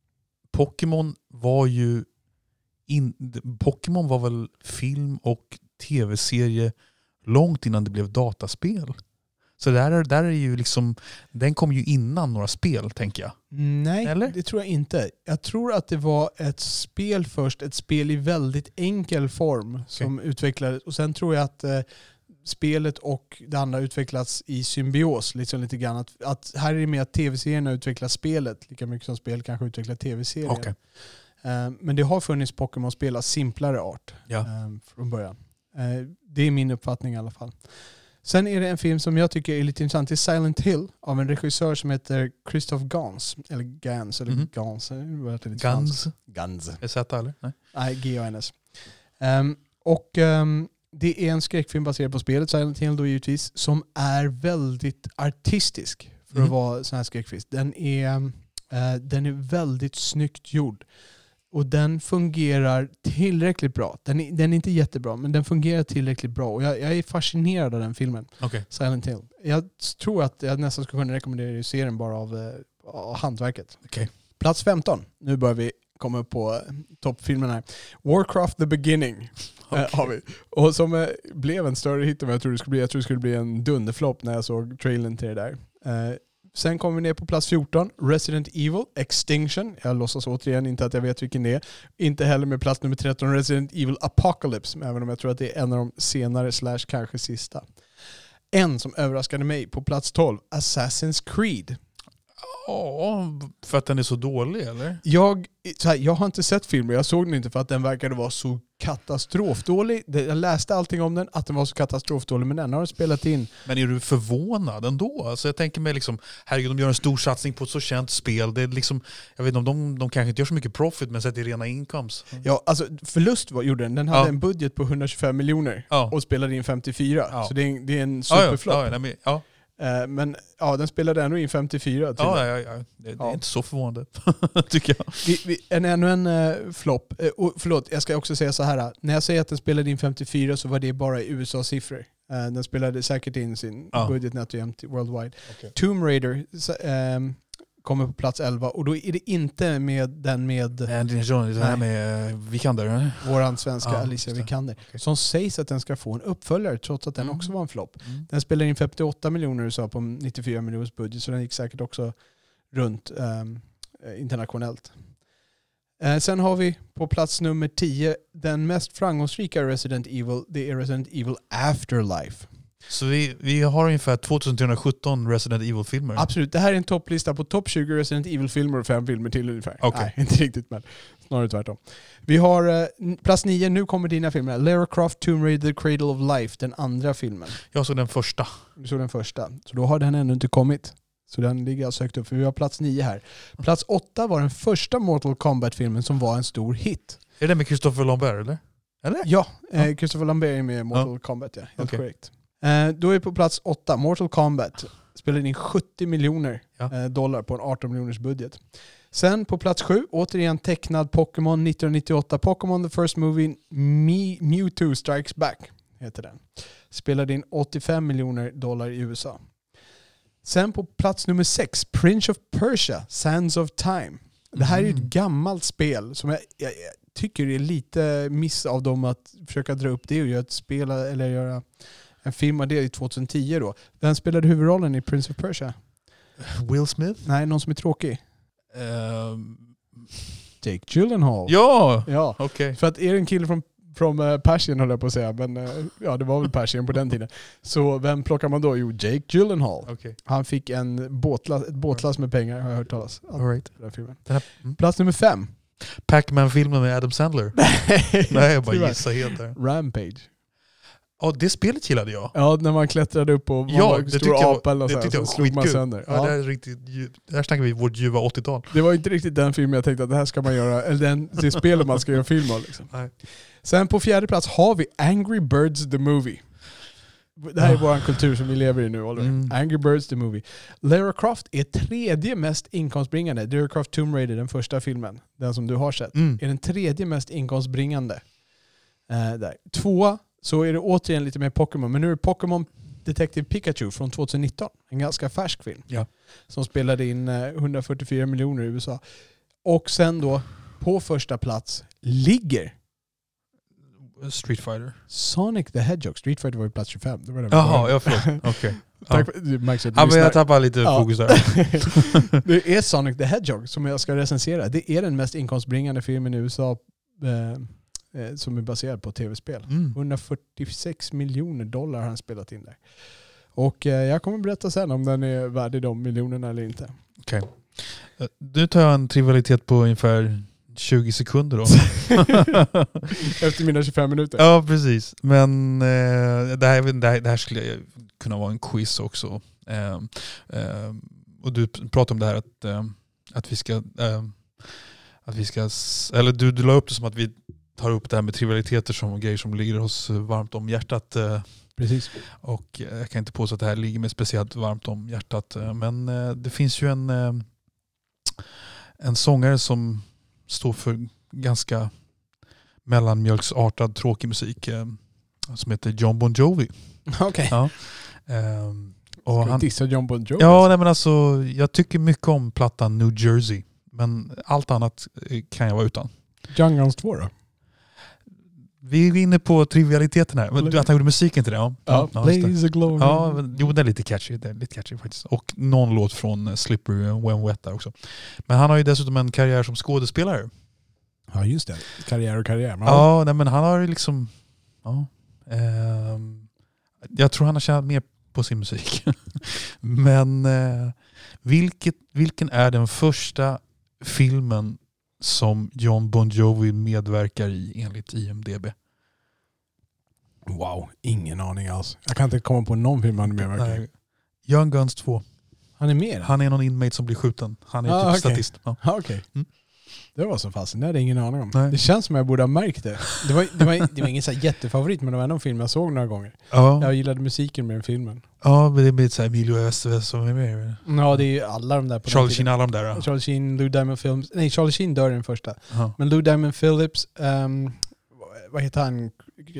Pokémon var ju in, Pokémon var väl film och tv-serie långt innan det blev dataspel. Så där är, där är ju liksom, den kom ju innan några spel, tänker jag. Nej, Eller? Det tror jag inte. Jag tror att det var ett spel först, ett spel i väldigt enkel form okay. som utvecklades. Och sen tror jag att eh, spelet och det andra utvecklats i symbios. Liksom lite grann. Att, att här är det med att tv-serierna utvecklar spelet lika mycket som spel kanske utvecklar tv-serien. Okay. Uh, men det har funnits Pokémon-spel av simplare art ja. uh, från början. Uh, det är min uppfattning i alla fall. Sen är det en film som jag tycker är lite intressant. Det är Silent Hill av en regissör som heter Christoph Gans. Eller Gans, eller mm. Gans. Gans. Gans. Är Z eller? Nej, Nej G A N S. Um, och um, det är en skräckfilm baserad på spelet Silent Hill då givetvis, som är väldigt artistisk för mm. att vara sån här skräckfilm. Den är, uh, den är väldigt snyggt gjord. Och den fungerar tillräckligt bra. Den är, den är inte jättebra, men den fungerar tillräckligt bra. Och jag, jag är fascinerad av den filmen. Okay. Silent Hill. Jag tror att jag nästan skulle kunna rekommendera serien bara av, uh, av hantverket. Okay. Plats femton. Nu börjar vi komma upp på toppfilmen här. Warcraft The Beginning. Okay. Äh, har vi. Och som äh, blev en större hit än vad jag trodde det skulle bli. Jag trodde det skulle bli en dunderflopp när jag såg trailern till det där. Äh, sen kommer vi ner på plats fjorton. Resident Evil Extinction. Jag låtsas återigen inte att jag vet vilken det är. Inte heller med plats nummer tretton Resident Evil Apocalypse. Även om jag tror att det är en av de senare slash kanske sista. En som överraskade mig på plats tolv. Assassin's Creed. Ja, för att den är så dålig, eller? Jag, så här, jag har inte sett filmen, jag såg den inte för att den verkade vara så katastrofdålig. Jag läste allting om den, att den var så katastrofdålig, men den har spelat in. Men är du förvånad ändå? Alltså jag tänker mig liksom, herregud, de gör en stor satsning på ett så känt spel. Det är liksom, jag vet inte om de, de kanske inte gör så mycket profit, men sätter rena incomes. Ja, alltså förlust var, gjorde den. Den hade ja. en budget på hundratjugofem miljoner ja. och spelade in femtiofyra. Ja. Så det är, det är en ja, superflopp. ja, ja, men, ja. Men ja, den spelade ändå in femtiofyra. Till ja, ja, ja. Det, det ja. är inte så förvånande, tycker jag. Vi, vi, en, ännu en uh, flopp. Uh, och förlåt, jag ska också säga så här. När jag säger att den spelade in femtiofyra så var det bara i U S A-siffror. Uh, den spelade säkert in sin ja. budget nätt och jämnt worldwide. Okay. Tomb Raider um, kommer på plats elva. Och då är det inte med den med... Angelina Jolie, det här med uh, Vikander. Våran svenska ja, Alicia Vikander. Okay. Som sägs att den ska få en uppföljare trots att den mm. också var en flopp. Mm. Den spelar in femtioåtta miljoner U S A på nittiofyra miljoners budget. Så den gick säkert också runt um, internationellt. Uh, sen har vi på plats nummer tio den mest framgångsrika Resident Evil. Det är Resident Evil Afterlife. Så vi, vi har ungefär tjugotrehundrasjutton Resident Evil-filmer. Absolut, det här är en topplista på topp tjugo Resident Evil-filmer och fem filmer till ungefär. Okay. Nej, inte riktigt, men snarare tvärtom. Vi har eh, plats nio, nu kommer dina filmer. Lara Croft, Tomb Raider, Cradle of Life, den andra filmen. Jag såg den första. Du såg den första, så då har den ännu inte kommit. Så den ligger alltså högt upp, för vi har plats nio här. Plats åtta var den första Mortal Kombat-filmen som var en stor hit. Är det med Christopher Lambert, eller? eller? Ja, eh, Christopher Lambert är med i Mortal ja. Kombat, ja. Helt okay. korrekt. Eh, då är på plats åtta, Mortal Kombat. Spelade in sjuttio miljoner ja. eh, dollar på en arton miljoners budget. Sen på plats sju, återigen tecknad Pokémon nittonhundranittioåtta. Pokémon The First Movie, Me- Mewtwo Strikes Back heter den. Spelade in åttiofem miljoner dollar i U S A. Sen på plats nummer sex, Prince of Persia, Sands of Time. Det här är ju ett gammalt spel som jag, jag, jag tycker är lite miss av dem att försöka dra upp det och göra ett spel eller göra en film av det i tjugohundratio då. Vem spelade huvudrollen i Prince of Persia? Will Smith? Nej, någon som är tråkig. Um... Jake Gyllenhaal. Ja, ja. okej. Okay. För att är det en kille från från uh, Persien höll jag på att säga, men uh, ja, det var väl Persien på den tiden. Så vem plockar man då? Jo, Jake Gyllenhaal. Okay. Han fick en båtlas, ett båtlas med pengar, har jag hört talas om. All right. Den här filmen. Den här, mm. Plats nummer fem. Pac-Man-filmen med Adam Sandler. Nej, jag bara gissar helt där. Rampage. Ja, det spelet gillade jag. Ja, när man klättrade upp på ja, det stor jag, apa eller det tyckte jag så slog man sönder. Ja, ja. Det, är riktigt, det här snackar vi vårt ljuva åttiotal. Det var inte riktigt den filmen jag tänkte att det här ska man göra, eller den, det spelet man ska göra film av. Liksom. Nej. Sen på fjärde plats har vi Angry Birds the Movie. Det här är vår kultur som vi lever i nu, Oliver. Mm. Angry Birds the Movie. Lara Croft är tredje mest inkomstbringande. Lara Croft Tomb Raider, den första filmen, den som du har sett, mm. är den tredje mest inkomstbringande. Uh, där. Tvåa så är det återigen lite mer Pokémon, men nu är det Pokémon Detective Pikachu från tjugonitton. En ganska färsk film. Ja. Som spelade in hundrafyrtiofyra miljoner i U S A. Och sen då på första plats ligger Street Fighter. Sonic the Hedgehog. Street Fighter var ju plats tjugofem. Jaha, jag förlåt. Okej. Tack ja. för, Max, ja, men jag tappar lite ja. fokus där. Det är Sonic the Hedgehog som jag ska recensera. Det är den mest inkomstbringande filmen i U S A. Eh, eh, som är baserad på tv-spel. Mm. hundrafyrtiosex miljoner dollar har han spelat in där. Och eh, jag kommer berätta sen om den är värd de miljonerna eller inte. Okej. Okay. Nu tar jag en trivialitet på ungefär tjugo sekunder då. Efter mina tjugofem minuter. Ja, precis. Men eh, det, här, det, här, det här skulle kunna vara en quiz också. Eh, eh, och du pratar om det här att, eh, att vi ska... Eh, att vi ska... Eller du, du la upp det som att vi tar upp det här med trivialiteter som grejer som ligger oss varmt om hjärtat. Eh, precis. Och jag kan inte påstå att det här ligger mig speciellt varmt om hjärtat. Men eh, det finns ju en, eh, en sångare som står för ganska mellanmjölksartad tråkig musik eh, som heter Jon Bon Jovi. Okej. Okay. Ja. Um, och Ska han du dissa Jon Bon Jovi? Ja, nej, men alltså jag tycker mycket om plattan New Jersey, men allt annat kan jag vara utan. Young Guns två då? Vi är inne på trivialiteten här. Men du att han gjorde musiken till det? Ja, ja, ja Blaze a Glory. Ja, jo, det är lite catchy. Det är lite catchy faktiskt. Och någon låt från Slippery och When Wet där också. Men han har ju dessutom en karriär som skådespelare. Ja, just det. Karriär och karriär. Men ja, nej, men han har ju liksom... Ja, eh, jag tror han har tjänat mer på sin musik. Men eh, vilket, vilken är den första filmen som Jon Bon Jovi medverkar i enligt I M D B? Wow, ingen aning alls. Jag kan inte komma på någon film han medverkar i. Young Guns två. Han är med? Han är någon inmate som blir skjuten. Han är ah, typ okay. statist. Ja. Ah, okay. Mm. Det var så fast. Det hade ingen aning om. Nej. Det känns som jag borde ha märkt det. Det var, det var, det var ingen så här jättefavorit, men det var en film jag såg några gånger. Ja. Jag gillade musiken med den filmen. Ja, men det blir så här Emilio Estevez som är med. Ja, det är ju alla de där på Charlie Sheen, alla de där. Ja. Charlie Sheen, Lou Diamond Phillips. Nej, Charlie Sheen dör i den första. Ja. Men Lou Diamond Phillips, um, vad heter han?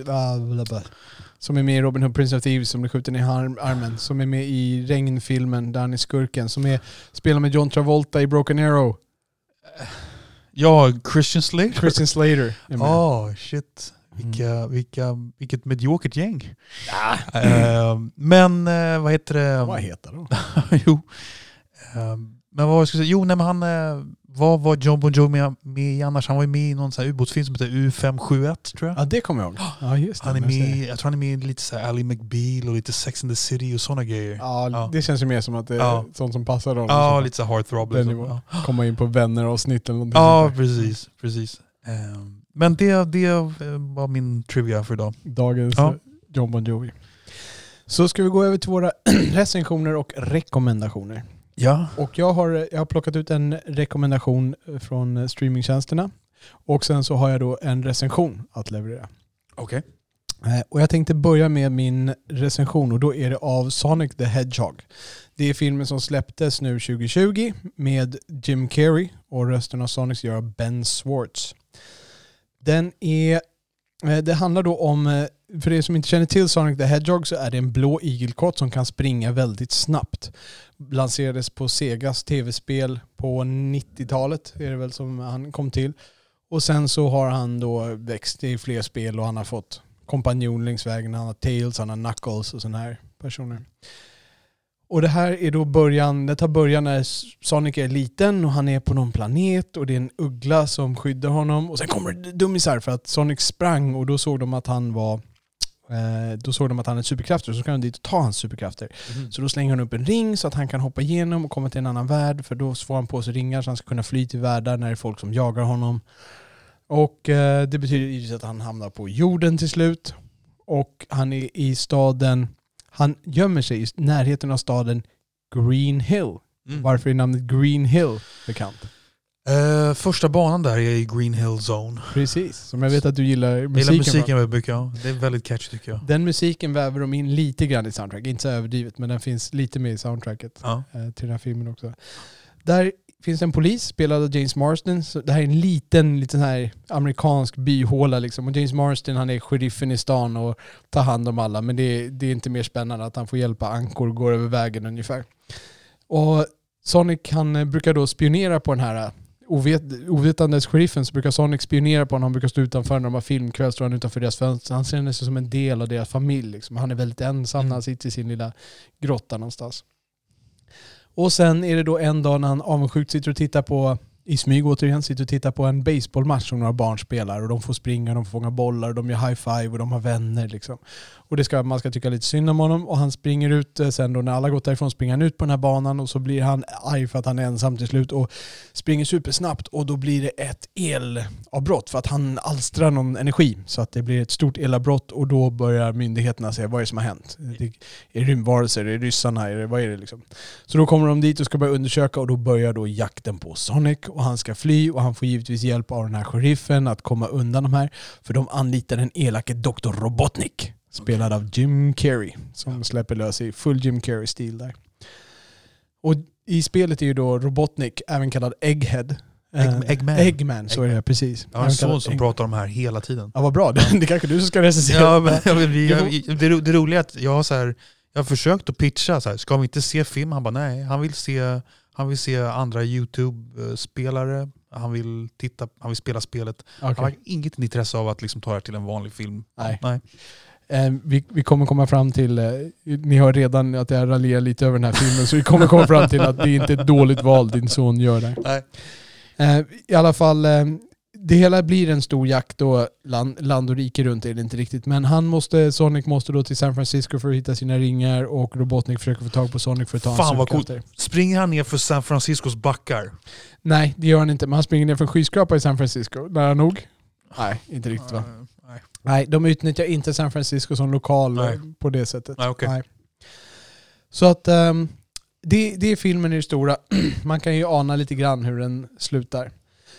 Som är med i Robin Hood, Prince of Thieves, som blir skjuten i armen. Som är med i Regnfilmen, där han är skurken. Som är, spelar med John Travolta i Broken Arrow. Ja, Christian Slater. Christian Slater. Ja, oh, shit. Vilka, mm. vilka, vilket mediokert gäng. Ja. Uh, men uh, vad heter det? Vad heter de? jo. Uh, men vad jag skulle säga? Jo, nej, men han uh, vad var Jon Bon Jovi med, med i annars? Han var ju med i någon sån här ubåtsfilm som heter U fem sju ett, tror jag. Ja, det kommer jag ihåg. Ja, just det. Han är med, jag tror han är med i lite så här Ally McBeal och lite Sex and the City och såna grejer. Ja, ja, det känns ju mer som att det är ja. sånt som passar dem. Ja, lite så heartthrob. Liksom. Ja. Komma in på vänner och snitt eller någonting. Ja, precis. precis. Um, men det, det var min trivia för idag. Dagens ja. Jon Bon Jovi. Så ska vi gå över till våra recensioner och rekommendationer. Ja. Och jag har, jag har plockat ut en rekommendation från streamingtjänsterna. Och sen så har jag då en recension att leverera. Okej. Okay. Och jag tänkte börja med min recension, och då är det av Sonic the Hedgehog. Det är filmen som släpptes nu tjugo tjugo med Jim Carrey, och rösten av Sonic gör Ben Schwartz. Den är, det handlar då om, för er som inte känner till Sonic the Hedgehog, så är det en blå igelkott som kan springa väldigt snabbt. Lanserades på Segas tv-spel på nittiotalet, är det väl som han kom till. Och sen så har han då växt i fler spel, och han har fått kompanjon längs vägen. Han har Tails, han har Knuckles och sådana här personer. Och det här är då början, det tar början när Sonic är liten och han är på någon planet, och det är en uggla som skyddar honom. Och sen kommer det dummisar för att Sonic sprang, och då såg de att han var eh, då såg de att han hade superkrafter, så ska han dit och ta hans superkrafter. Mm. Så då slänger han upp en ring så att han kan hoppa igenom och komma till en annan värld, för då får han på sig ringar så han ska kunna fly till världar när det är folk som jagar honom. Och eh, det betyder givetvis att han hamnar på jorden till slut, och han är i staden. Han gömmer sig i närheten av staden Green Hill. Mm. Varför är namnet Green Hill bekant? Uh, första banan där är i Green Hill Zone. Precis, som jag vet att du gillar musiken. Jag gillar musiken väldigt mycket, ja. Det är väldigt catchy tycker jag. Den musiken väver de in lite grann i soundtrack. Inte så överdrivet, men den finns lite med i soundtracket ja. uh, till den här filmen också. Där finns en polis spelad av James Marsden. Så det här är en liten, liten här amerikansk byhåla liksom. Och James Marsden, han är sheriffen i stan och tar hand om alla. Men det är, det är inte mer spännande att han får hjälpa ankor och går över vägen ungefär. Och Sonic, han brukar då spionera på den här ovet, ovetandes sheriffen, så brukar Sonic spionera på honom. Han brukar stå utanför när de har filmkväll, står han utanför deras fönster. Han ser sig som en del av deras familj liksom. Han är väldigt ensam mm. när han sitter i sin lilla grotta någonstans. Och sen är det då en dag när han avundsjukt sitter och tittar på i smyg återigen sitter och tittar på en baseballmatch som några barn spelar och de får springa, de får fånga bollar, de gör high five och de har vänner liksom. Och det ska, man ska tycka lite synd om honom och han springer ut sen då när alla gått därifrån springer han ut på den här banan och så blir han arg för att han är ensam till slut och springer supersnabbt och då blir det ett elavbrott för att han alstrar någon energi så att det blir ett stort elavbrott och då börjar myndigheterna säga vad är det som har hänt? Det är rymdvarelser, är det ryssarna, är det, vad är det liksom? Så då kommer de dit och ska börja undersöka och då börjar då jakten på Sonic och han ska fly och han får givetvis hjälp av den här sheriffen att komma undan de här för de anlitar den elake doktor Robotnik spelad av Jim Carrey som släpper lös i full Jim Carrey-stil där. Och i spelet är ju då Robotnik även kallad Egghead. Egg, Eggman. Eggman, så är det precis. Jag har en son som pratar om det här hela tiden. Ja, vad bra. Det, det kanske du som ska recensera. Ja, men, jag, jag, det, det roliga är att jag har, så här, jag har försökt att pitcha så här, ska vi inte se film? Han bara nej, han vill se, han vill se andra YouTube-spelare. Han vill titta, han vill spela spelet. Okay. Han har inget intresse av att liksom ta det till en vanlig film. Nej. nej. Eh, vi, vi kommer komma fram till, eh, ni har redan att jag raljerar lite över den här filmen, så vi kommer komma fram till att det inte är ett dåligt val din son gör där. Nej. Eh, I alla fall, eh, det hela blir en stor jakt och land, land och rike runt är det inte riktigt. Men han måste, Sonic måste då till San Francisco för att hitta sina ringar och Robotnik försöker få tag på Sonic för att ta hans Fan vad coolt. Springer han ner för San Franciscos backar? Nej, det gör han inte. Men han springer ner för en skyskrapa i San Francisco. Nära nog? Nej, inte riktigt va? Nej. Nej, de utnyttjar inte San Francisco som lokal Nej. på det sättet. Nej, okay. Nej. Så att um, det, det är filmen i det stora. Man kan ju ana lite grann hur den slutar.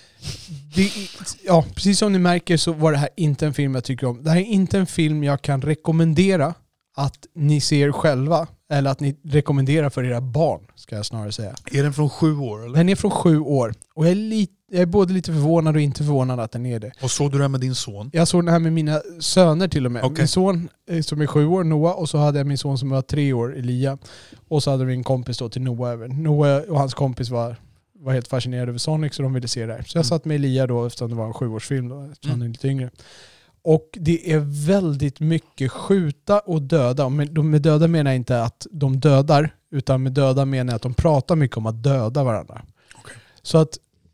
Det, ja, precis som ni märker så var det här inte en film jag tycker om. Det här är inte en film jag kan rekommendera att ni ser själva. Eller att ni rekommenderar för era barn, ska jag snarare säga. Är den från sju år? Eller? Den är från sju år. Och jag är, lite, jag är både lite förvånad och inte förvånad att den är det. Och såg du den med din son? Jag såg den här med mina söner till och med. Okay. Min son som är sju år, Noah. Och så hade jag min son som var tre år, Elia. Och så hade vi en kompis då till Noah även. Noah och hans kompis var, var helt fascinerade över Sonic så de ville se det här. Så jag mm. satt med Elia då eftersom det var en sjuårsfilm då, eftersom mm. han är lite yngre. Och det är väldigt mycket skjuta och döda. Och med, med döda menar jag inte att de dödar, utan med döda menar jag att de pratar mycket om att döda varandra. Okay. Så att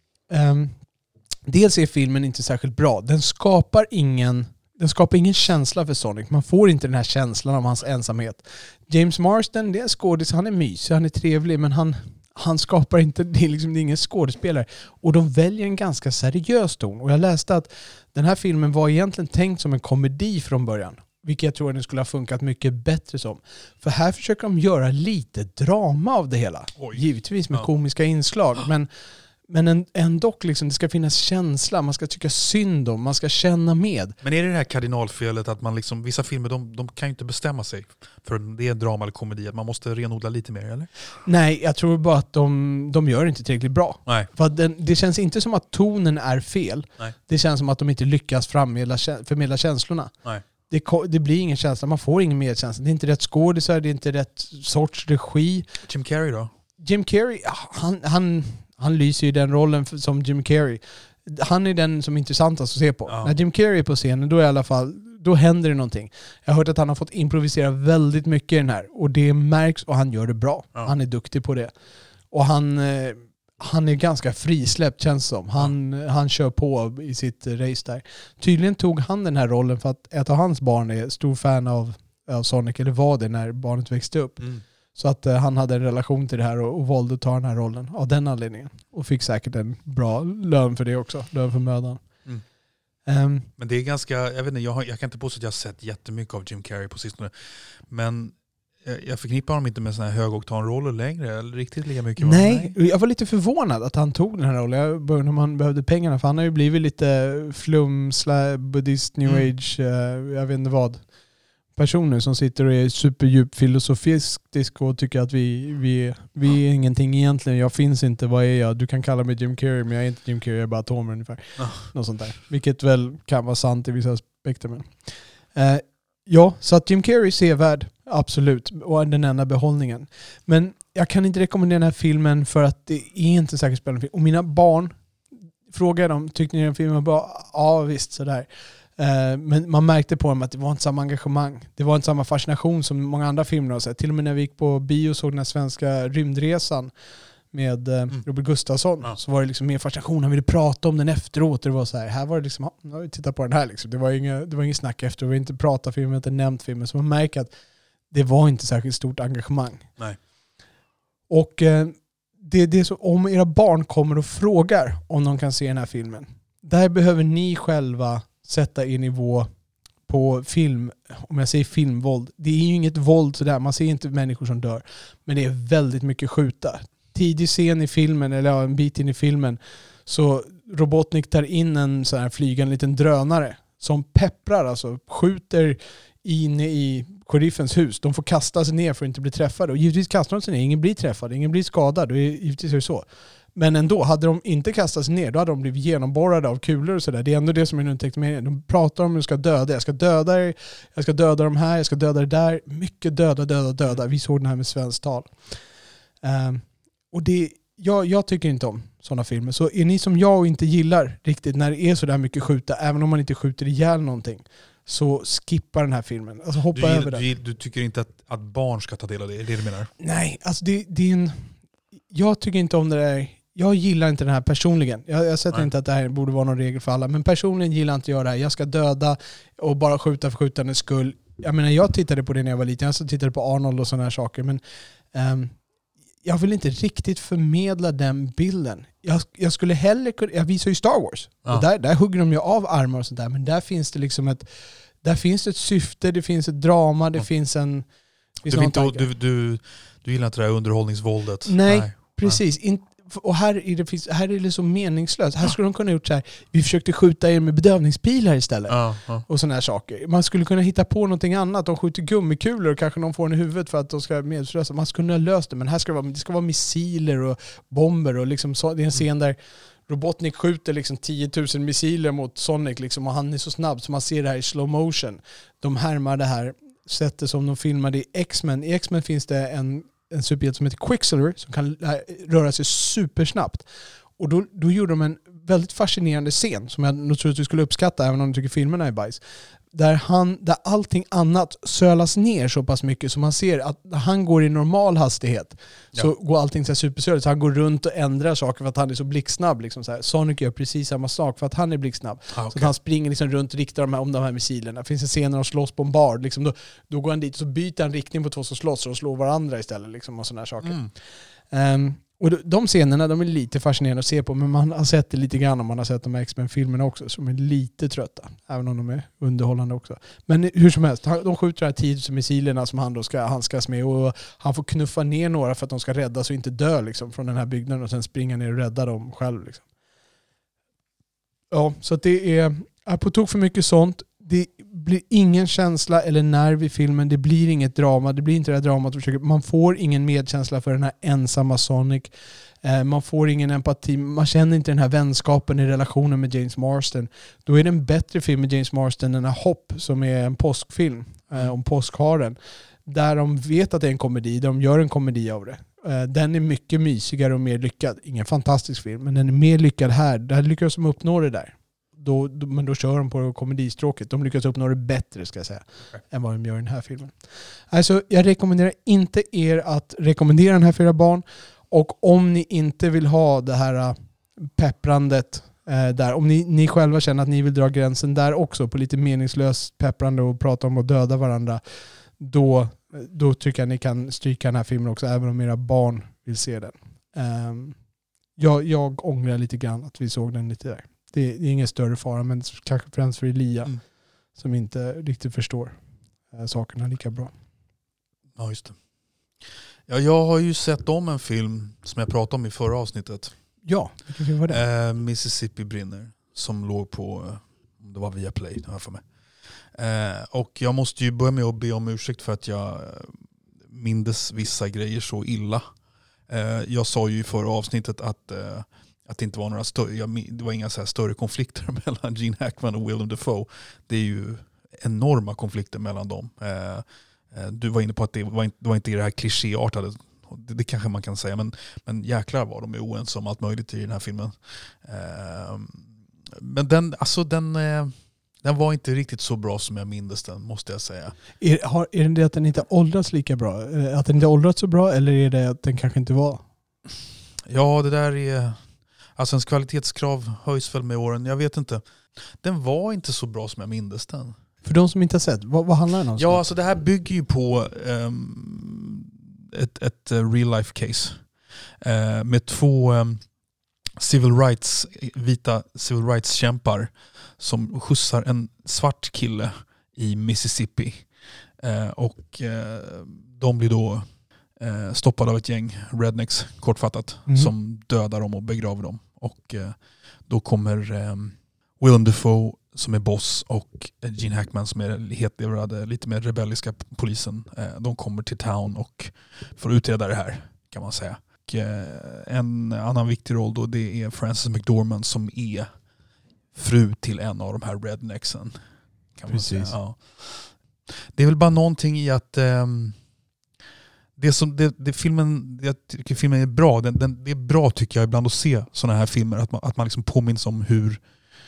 um, dels är filmen inte särskilt bra. Den skapar ingen den skapar ingen känsla för Sonic. Man får inte den här känslan av hans ensamhet. James Marsden, det är skådis, han är mysig, han är trevlig, men han Han skapar inte, det är liksom det är ingen skådespelare. Och de väljer en ganska seriös ton. Och jag läste att den här filmen var egentligen tänkt som en komedi från början. Vilket jag tror att den skulle ha funkat mycket bättre som. För här försöker de göra lite drama av det hela. Oj. Givetvis med ja. komiska inslag. Men, men ändå liksom, det ska finnas känsla. Man ska tycka synd om. Man ska känna med. Men är det det här kardinalfelet att man liksom, vissa filmer de, de kan ju inte bestämma sig för det är drama eller komedi. Att man måste renodla lite mer, eller? Nej, jag tror bara att de, de gör det inte tillräckligt bra. Nej. För den, det känns inte som att tonen är fel. Nej. Det känns som att de inte lyckas förmedla, förmedla känslorna. Nej. Det, det blir ingen känsla. Man får ingen medkänsla. Det är inte rätt skådisar. Det är inte rätt sorts regi. Jim Carrey då? Jim Carrey, han... han Han lyser ju den rollen som Jim Carrey. Han är den som är intressantast att se på. Ja. När Jim Carrey är på scenen, då i alla fall, då händer det någonting. Jag har hört att han har fått improvisera väldigt mycket i den här. Och det märks och han gör det bra. Ja. Han är duktig på det. Och han, han är ganska frisläppt känns som. Han, ja. han kör på i sitt race där. Tydligen tog han den här rollen för att ett av hans barn är stor fan av, av Sonic, eller var det när barnet växte upp. Mm. Så att uh, han hade en relation till det här och, och valde att ta den här rollen av den anledningen. Och fick säkert en bra lön för det också. Lön för mödan. Mm. Um, men det är ganska, jag vet inte, jag, har, jag kan inte påstå att jag har sett jättemycket av Jim Carrey på sistone. Men jag, jag förknippar honom inte med såna här högoktanroller längre. Eller riktigt lika mycket. Nej, nej, jag var lite förvånad att han tog den här rollen. Jag började när han behövde pengarna. För han har ju blivit lite flum, slab, buddhist, new mm. age, uh, jag vet inte vad. Personer som sitter och är superdjup filosofistisk och tycker att vi, vi, vi är ingenting egentligen. Jag finns inte, vad är jag? Du kan kalla mig Jim Carrey, men jag är inte Jim Carrey, jag är bara atomer ungefär. Oh. Något sånt där. Vilket väl kan vara sant i vissa aspekter. Men. Eh, ja, så att Jim Carrey är sevärd, absolut. Och den enda behållningen. Men jag kan inte rekommendera den här filmen för att det är inte säkert spännande film. Och mina barn frågade dem, tyckte ni den filmen var bra? Ja, visst, sådär. Men man märkte på dem att det var inte samma engagemang. Det var inte samma fascination som många andra filmer har sett. Till och med när vi gick på bio och såg den här svenska rymdresan med eh, Mm. Robert Gustafsson Ja. så var det liksom mer fascination. Han ville prata om den efteråt. Det var så här, här var det liksom, ja, nu har vi tittat på den här liksom. Det var inget, det var inget snack efter. Det var inte prata filmen, inte nämnt filmen. Så man märker att det var inte särskilt stort engagemang. Nej. Och eh, det, det är så, om era barn kommer och frågar om de kan se den här filmen. Där behöver ni själva sätta er nivå på film, om jag säger filmvåld. Det är ju inget våld sådär, man ser inte människor som dör. Men det är väldigt mycket skjuta. Tidig scen i filmen, eller ja, en bit in i filmen, så Robotnik tar in en sån här flygande liten drönare som pepprar, alltså skjuter inne i sheriffens hus. De får kasta sig ner för att inte bli träffade. Och givetvis kastar de sig ner, ingen blir träffad, ingen blir skadad. Och givetvis är det så. Men ändå, hade de inte kastat sig ner, då hade de blivit genomborrade av kulor och sådär. Det är ändå det som är en underteckning med. De pratar om att de ska döda. Jag ska döda er, jag ska döda de här, jag ska döda det där. Mycket döda, döda, döda. Vi såg den här med svenskt tal. Um, och det, jag, jag tycker inte om sådana filmer. Så är ni som jag och inte gillar riktigt när det är så där mycket skjuta, även om man inte skjuter ihjäl någonting, så skippa den här filmen. Alltså hoppa Du, över den. du, du tycker inte att, att barn ska ta del av det? Är det det du menar? Nej, alltså det, det är en... Jag tycker inte om det där. Jag gillar inte den här personligen. Jag, jag sätter Nej. inte att det här borde vara någon regel för alla. Men personligen gillar inte jag det här. Jag ska döda och bara skjuta för skjutandets skull. Jag menar, jag tittade på det när jag var liten. Jag så tittade på Arnold och sådana här saker. Men um, jag vill inte riktigt förmedla den bilden. Jag, jag skulle hellre kunna... Jag visar ju Star Wars. Ja. Och där, där hugger de ju av armar och sånt där. Men där finns det liksom ett... Där finns det ett syfte, det finns ett drama, det Ja. finns en... Finns Du, vill någon inte, tanke. du, du, du gillar inte det här underhållningsvåldet? Nej. Precis. In, och här är, det, här är det så meningslöst. Här skulle de kunna gjort så här. Vi försökte skjuta er med bedövningspilar istället. Ja, ja. Och sådana här saker. Man skulle kunna hitta på någonting annat. De skjuter gummikulor och kanske någon får en i huvudet för att de ska medslösa. Man skulle kunna lösa det. Men här ska det vara, det ska vara missiler och bomber. Och liksom så, det är en scen där Robotnik skjuter liksom tio tusen missiler mot Sonic. Liksom, och han är så snabb så man ser det här i slow motion. De härmar det här sättet som de filmade i X-Men. I X-Men finns det en en superhjälte som heter Quicksilver som kan röra sig supersnabbt. Och då, då gjorde de en väldigt fascinerande scen som jag nog tror att du skulle uppskatta även om du tycker filmerna är bajs. Där, han, där allting annat sölas ner så pass mycket så man ser att när han går i normal hastighet så ja. går allting så här supersöligt. Så han går runt och ändrar saker för att han är så blixtsnabb. Liksom så här. Sonic gör precis samma sak för att han är blixtsnabb. Ah, okay. Så att han springer liksom runt och riktar de här, om de här missilerna. Det finns en scen när de slåss på en bar. Liksom då, då går han dit och så byter han riktning på två som slåss och slår varandra istället. Liksom, och såna här saker. Mm. Um, Och de scenerna, de är lite fascinerande att se på, men man har sett det lite grann om man har sett de här X-Men-filmerna också, som är lite trötta, även om de är underhållande också. Men hur som helst, de skjuter de här tio tusen missilerna som han då ska handskas med och han får knuffa ner några för att de ska räddas och inte dö liksom, från den här byggnaden och sen springa ner och rädda dem själv. Liksom. Ja, så att det är, är på tok för mycket sånt. Det blir ingen känsla eller nerv i filmen. Det blir inget drama. Det blir inte det här dramat. Man får ingen medkänsla för den här ensamma Sonic. Man får ingen empati. Man känner inte den här vänskapen i relationen med James Marsden. Då är det en bättre film med James Marsden än Hopp, som är en påskfilm eh, om påskharen. Där de vet att det är en komedi. Där de gör en komedi av det. Den är mycket mysigare och mer lyckad. Ingen fantastisk film, men den är mer lyckad här. Där lyckas de uppnå det där. Då, då, men då kör de på komedistråket. De lyckas uppnå det bättre, ska jag säga, okay. än vad de gör i den här filmen. Alltså, jag rekommenderar inte er att rekommendera den här för era barn. Och om ni inte vill ha det här pepprandet eh, där, om ni, ni själva känner att ni vill dra gränsen där också på lite meningslöst pepprande och prata om att döda varandra, då, då tycker jag ni kan stryka den här filmen också, även om era barn vill se den. Um, jag, jag ångrar lite grann att vi såg den lite där. Det är ingen större fara, men kanske främst för Elia mm. som inte riktigt förstår äh, sakerna lika bra. Ja, just det. Ja, jag har ju sett om en film som jag pratade om i förra avsnittet. Ja, vilken film var det? Eh, Mississippi brinner, som låg på, det var via Play, det här för mig. Eh, och jag måste ju börja med att be om ursäkt för att jag mindes vissa grejer så illa. Eh, jag sa ju i förra avsnittet att eh, Att det inte var några större, jag, det var inga så här större konflikter mellan Gene Hackman och Willem Dafoe. Det är ju enorma konflikter mellan dem. Eh, eh, du var inne på att det var inte det, var inte det här klichéartade. Det, det kanske man kan säga, men, men jäklar var de oense om allt möjligt i den här filmen. Eh, men den, alltså den, eh, den var inte riktigt så bra som jag mindes den, måste jag säga. Är, har, är det att den inte åldrats lika bra? Att den inte åldrats så bra, eller är det att den kanske inte var? Ja, det där är... Alltså ens kvalitetskrav höjs väl med åren. Jag vet inte. Den var inte så bra som jag mindes den. För de som inte har sett, vad, vad handlar den om? Ja, alltså det här bygger ju på um, ett, ett real life case. Uh, med två um, civil rights, vita civil rights kämpar som skjutsar en svart kille i Mississippi. Uh, och uh, de blir då uh, stoppade av ett gäng rednecks, kortfattat, mm. som dödar dem och begraver dem. Och uh, då kommer um, Willem Dafoe som är boss och Gene Hackman som är hetlevrade, lite mer rebelliska polisen. Uh, de kommer till town och får utreda det här, kan man säga. Och, uh, en annan viktig roll då, det är Frances McDormand som är fru till en av de här rednecksen. Kan man säga. Ja. Det är väl bara någonting i att um, det som det, det filmen, jag tycker filmen är bra. Den, den, det är bra tycker jag ibland att se sådana här filmer, att man, att man liksom påminns om hur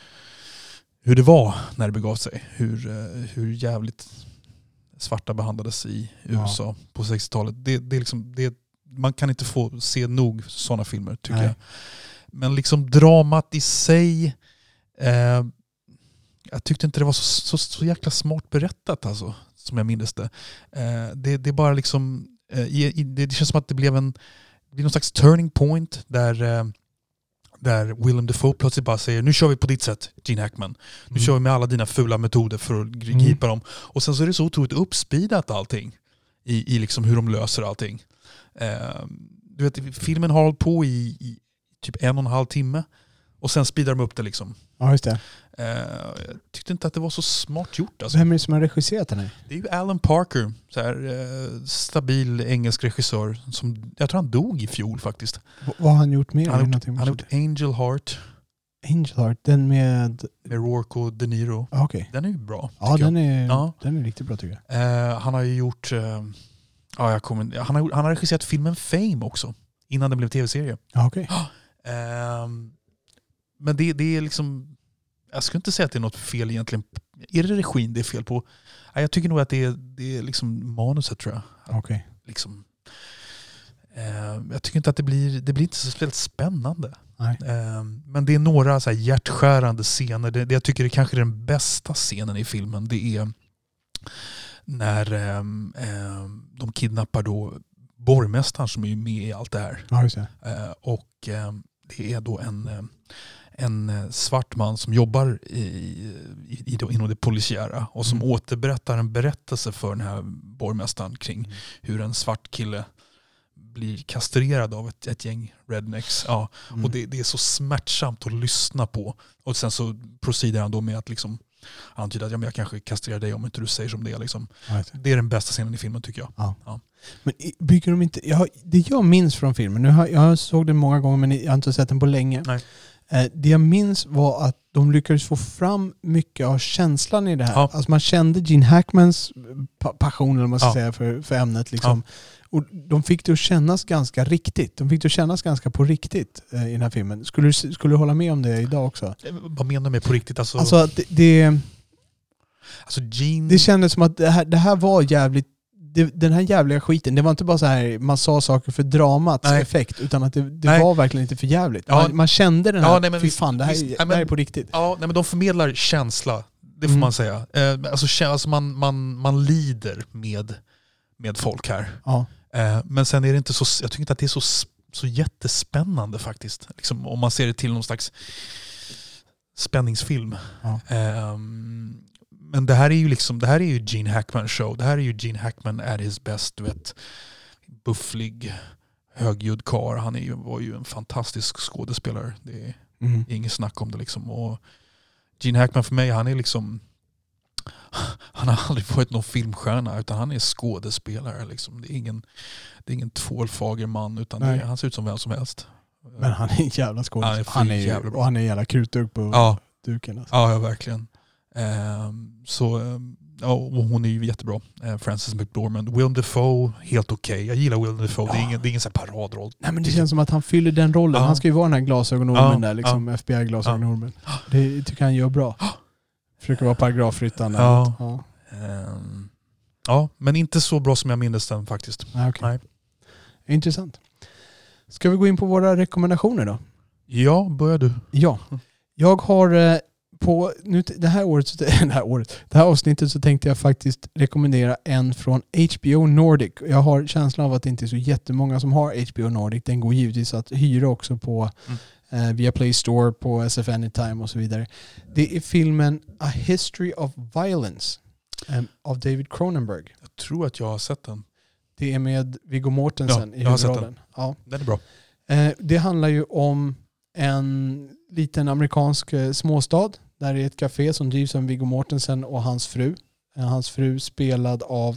hur det var när det begav sig. Hur, uh, hur jävligt svarta behandlades i U S A ja. på sextiotalet. Det, det är liksom, det, man kan inte få se nog sådana filmer tycker Nej. jag. Men liksom dramat i sig, eh, jag tyckte inte det var så, så, så jäkla smart berättat alltså, som jag minns det. Eh, det. Det är bara liksom, eh, i, i, det känns som att det blev en, det blev någon slags turning point där, eh, där Willem Dafoe plötsligt bara säger, nu kör vi på ditt sätt, Gene Hackman. Nu mm. kör vi med alla dina fula metoder för att gripa mm. dem. Och sen så är det så otroligt uppspeedat allting i, i liksom hur de löser allting. Eh, du vet, filmen har hållit på i, i typ en och en halv timme och sen speedar de upp det liksom. Ja, just det. Uh, jag tyckte inte att det var så smart gjort. Alltså. Vem är det som har regisserat den här? Det är ju Alan Parker, så här, uh, stabil engelsk regissör som jag tror han dog i fjol faktiskt. V- vad har han gjort mer? Han har gjort, han har gjort Angel Heart. Angel Heart, den med... Med Rourke och De Niro. Ah, okay. Den är ju bra. Ja, den är, ja, den är riktigt bra tycker jag. Uh, han har ju gjort... Uh, ja, jag kommer, han, har, han har regisserat filmen Fame också, innan den blev tv-serie. Ah, okay. uh, men det, det är liksom... Jag skulle inte säga att det är något fel egentligen. Är det regin det är fel på? Jag tycker nog att det är, det är liksom manuset tror jag. Okay. Liksom, eh, jag tycker inte att det blir, det blir inte så speciellt spännande. Nej. Eh, men det är några så här hjärtskärande scener. Det, det jag tycker är kanske den bästa scenen i filmen. Det är när eh, eh, de kidnappar då borgmästaren som är med i allt det här. Ja, just det. Eh, och eh, det är då en... Eh, en svart man som jobbar i, i, i, inom det polisiära och som mm. återberättar en berättelse för den här borgmästaren kring mm. hur en svart kille blir kastrerad av ett, ett gäng rednecks. Ja, mm. Och det, det är så smärtsamt att lyssna på. Och sen så proceedar han då med att liksom antyda att ja, men jag kanske kastrerar dig om inte du säger som det är. Liksom. Det är den bästa scenen i filmen tycker jag. Ja. Ja. Men bygger de inte... Jag, det jag minns från filmen, nu har, jag såg den många gånger men jag har inte sett den på länge. Nej. Det jag minns var att de lyckades få fram mycket av känslan i det här. Ja. Alltså man kände Gene Hackmans pa- passion eller man ska ja. säga, för, för ämnet. Liksom. Ja. Och de fick det att kännas ganska riktigt. De fick det att kännas ganska på riktigt eh, i den här filmen. Skulle du, skulle du hålla med om det idag också? Vad menar du med på riktigt? Alltså, alltså det, det, alltså Gene... det kändes som att det här, det här var jävligt... Det, den här jävliga skiten, det var inte bara så här man sa saker för dramats nej. effekt, utan att det, det var verkligen inte för jävligt. Ja. Man, man kände den här, ja, nej, men, fy fan, det här, visst, det här men, är på riktigt. Ja, nej, men de förmedlar känsla, det får mm. man säga. Eh, alltså, alltså man, man, man lider med, med folk här. Ja. Eh, men sen är det inte så, jag tycker inte att det är så, så jättespännande faktiskt. Liksom, om man ser det till någon slags spänningsfilm. Ja. Eh, Men det här är ju liksom, det här är ju Gene Hackman show. Det här är ju Gene Hackman at his best, du vet. Bufflig, högljudd karl. Han är ju, var ju en fantastisk skådespelare. Det är mm. inget snack om det liksom. Och Gene Hackman för mig, han är liksom, han har aldrig varit någon filmstjärna utan han är skådespelare liksom. Det är ingen, det är ingen tvålfager man utan det är, han ser ut som vem som helst. Men han är en jävla skådespelare. Han är, han är jävla bra. Och han är en jävla krutdurk på ja. duken. Alltså. Ja, ja, verkligen. Um, så um, ja, och hon är ju jättebra. Uh, Frances McDormand. Willem Dafoe, helt okej. Okay. Jag gillar Willem Dafoe. Ja. Det är ingen, det är ingen sån här paradroll. Nej, men det känns som att han fyller den rollen. Ja. Han ska ju vara den här glasögonormen ja. där, liksom ja. F B I-glasögonormen. Ja. Det tycker han gör bra. Försöker vara paragrafryttaren. Ja. Ja. Um, ja, men inte så bra som jag minns den faktiskt. Ah, okay. Nej. Intressant. Ska vi gå in på våra rekommendationer då? Ja, börjar du. Ja. Jag har eh, på nu, det här året, det här året, det här avsnittet så tänkte jag faktiskt rekommendera en från H B O Nordic. Jag har känslan av att det inte är så jättemånga som har H B O Nordic. Den går givetvis att hyra också på mm. eh, via Play Store, på S F Anytime och så vidare. Det är filmen A History of Violence eh, av David Cronenberg. Jag tror att jag har sett den. Det är med Viggo Mortensen ja, i huvudrollen. Ja, den är bra. Eh, det handlar ju om en liten amerikansk eh, småstad. Där är ett café som drivs av Viggo Mortensen och hans fru. Eh, hans fru spelad av...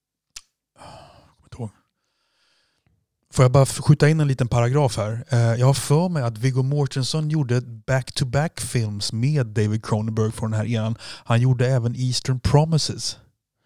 Får jag bara skjuta in en liten paragraf här? Eh, jag har för mig att Viggo Mortensen gjorde back-to-back films med David Cronenberg från den här eran. Han gjorde även Eastern Promises.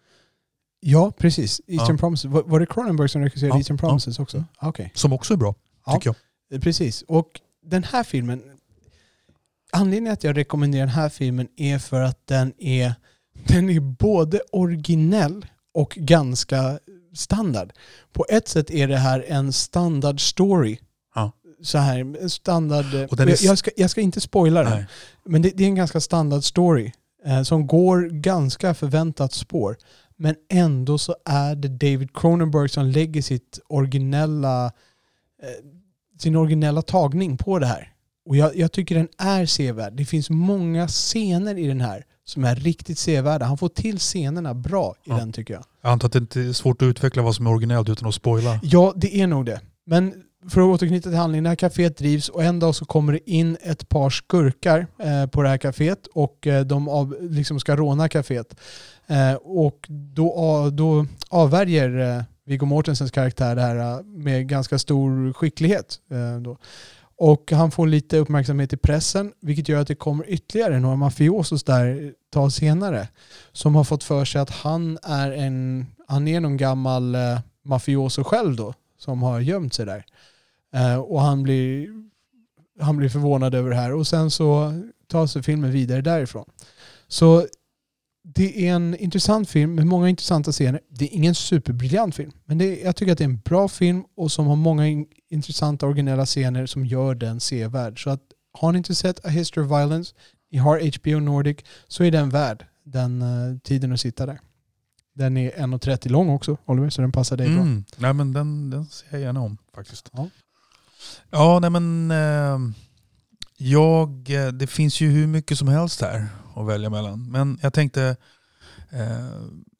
Ja, precis. Eastern ja. Promises. Var, var det Cronenberg som regisserade ja, Eastern Promises ja. också? Okay. Som också är bra, tycker ja, jag. Precis. Och den här filmen... Anledningen att jag rekommenderar den här filmen är för att den är, den är både originell och ganska standard. På ett sätt är det här en standard story. Ja. Så här, standard... Och den är... jag, ska, jag ska inte spoila den. Men det, det är en ganska standard story eh, som går ganska förväntat spår. Men ändå så är det David Cronenberg som lägger sitt originella, eh, sin originella tagning på det här. Och jag, jag tycker den är sevärd. Det finns många scener i den här som är riktigt sevärda. Han får till scenerna bra i ja. den, tycker jag. Jag antar att det inte är svårt att utveckla vad som är originellt utan att spoila. Ja, det är nog det. Men för att återknyta till handlingen, det här kaféet drivs och en dag så kommer det in ett par skurkar eh, på det här kaféet och eh, de av, liksom ska råna kaféet. Eh, och då, då avvärjer eh, Viggo Mortensens karaktär det här med ganska stor skicklighet. Eh, då. Och han får lite uppmärksamhet i pressen, vilket gör att det kommer ytterligare några mafiosos där tag senare som har fått för sig att han är en han är någon gammal eh, mafioso själv då som har gömt sig där. Eh, och han blir han blir förvånad över det här och sen så tar sig filmen vidare därifrån. Så det är en intressant film med många intressanta scener. Det är ingen superbriljant film, men det är, jag tycker att det är en bra film och som har många in, intressanta originella scener som gör den sevärd. Så att har ni inte sett A History of Violence, ni har H B O Nordic, så är den värd den uh, tiden att sitta där. Den är en och trettio lång också, Oliver, så den passar dig mm. bra. Nej, men den, den ser jag gärna om faktiskt. Ja, ja nej men uh, jag, det finns ju hur mycket som helst här att välja mellan. Men jag tänkte eh,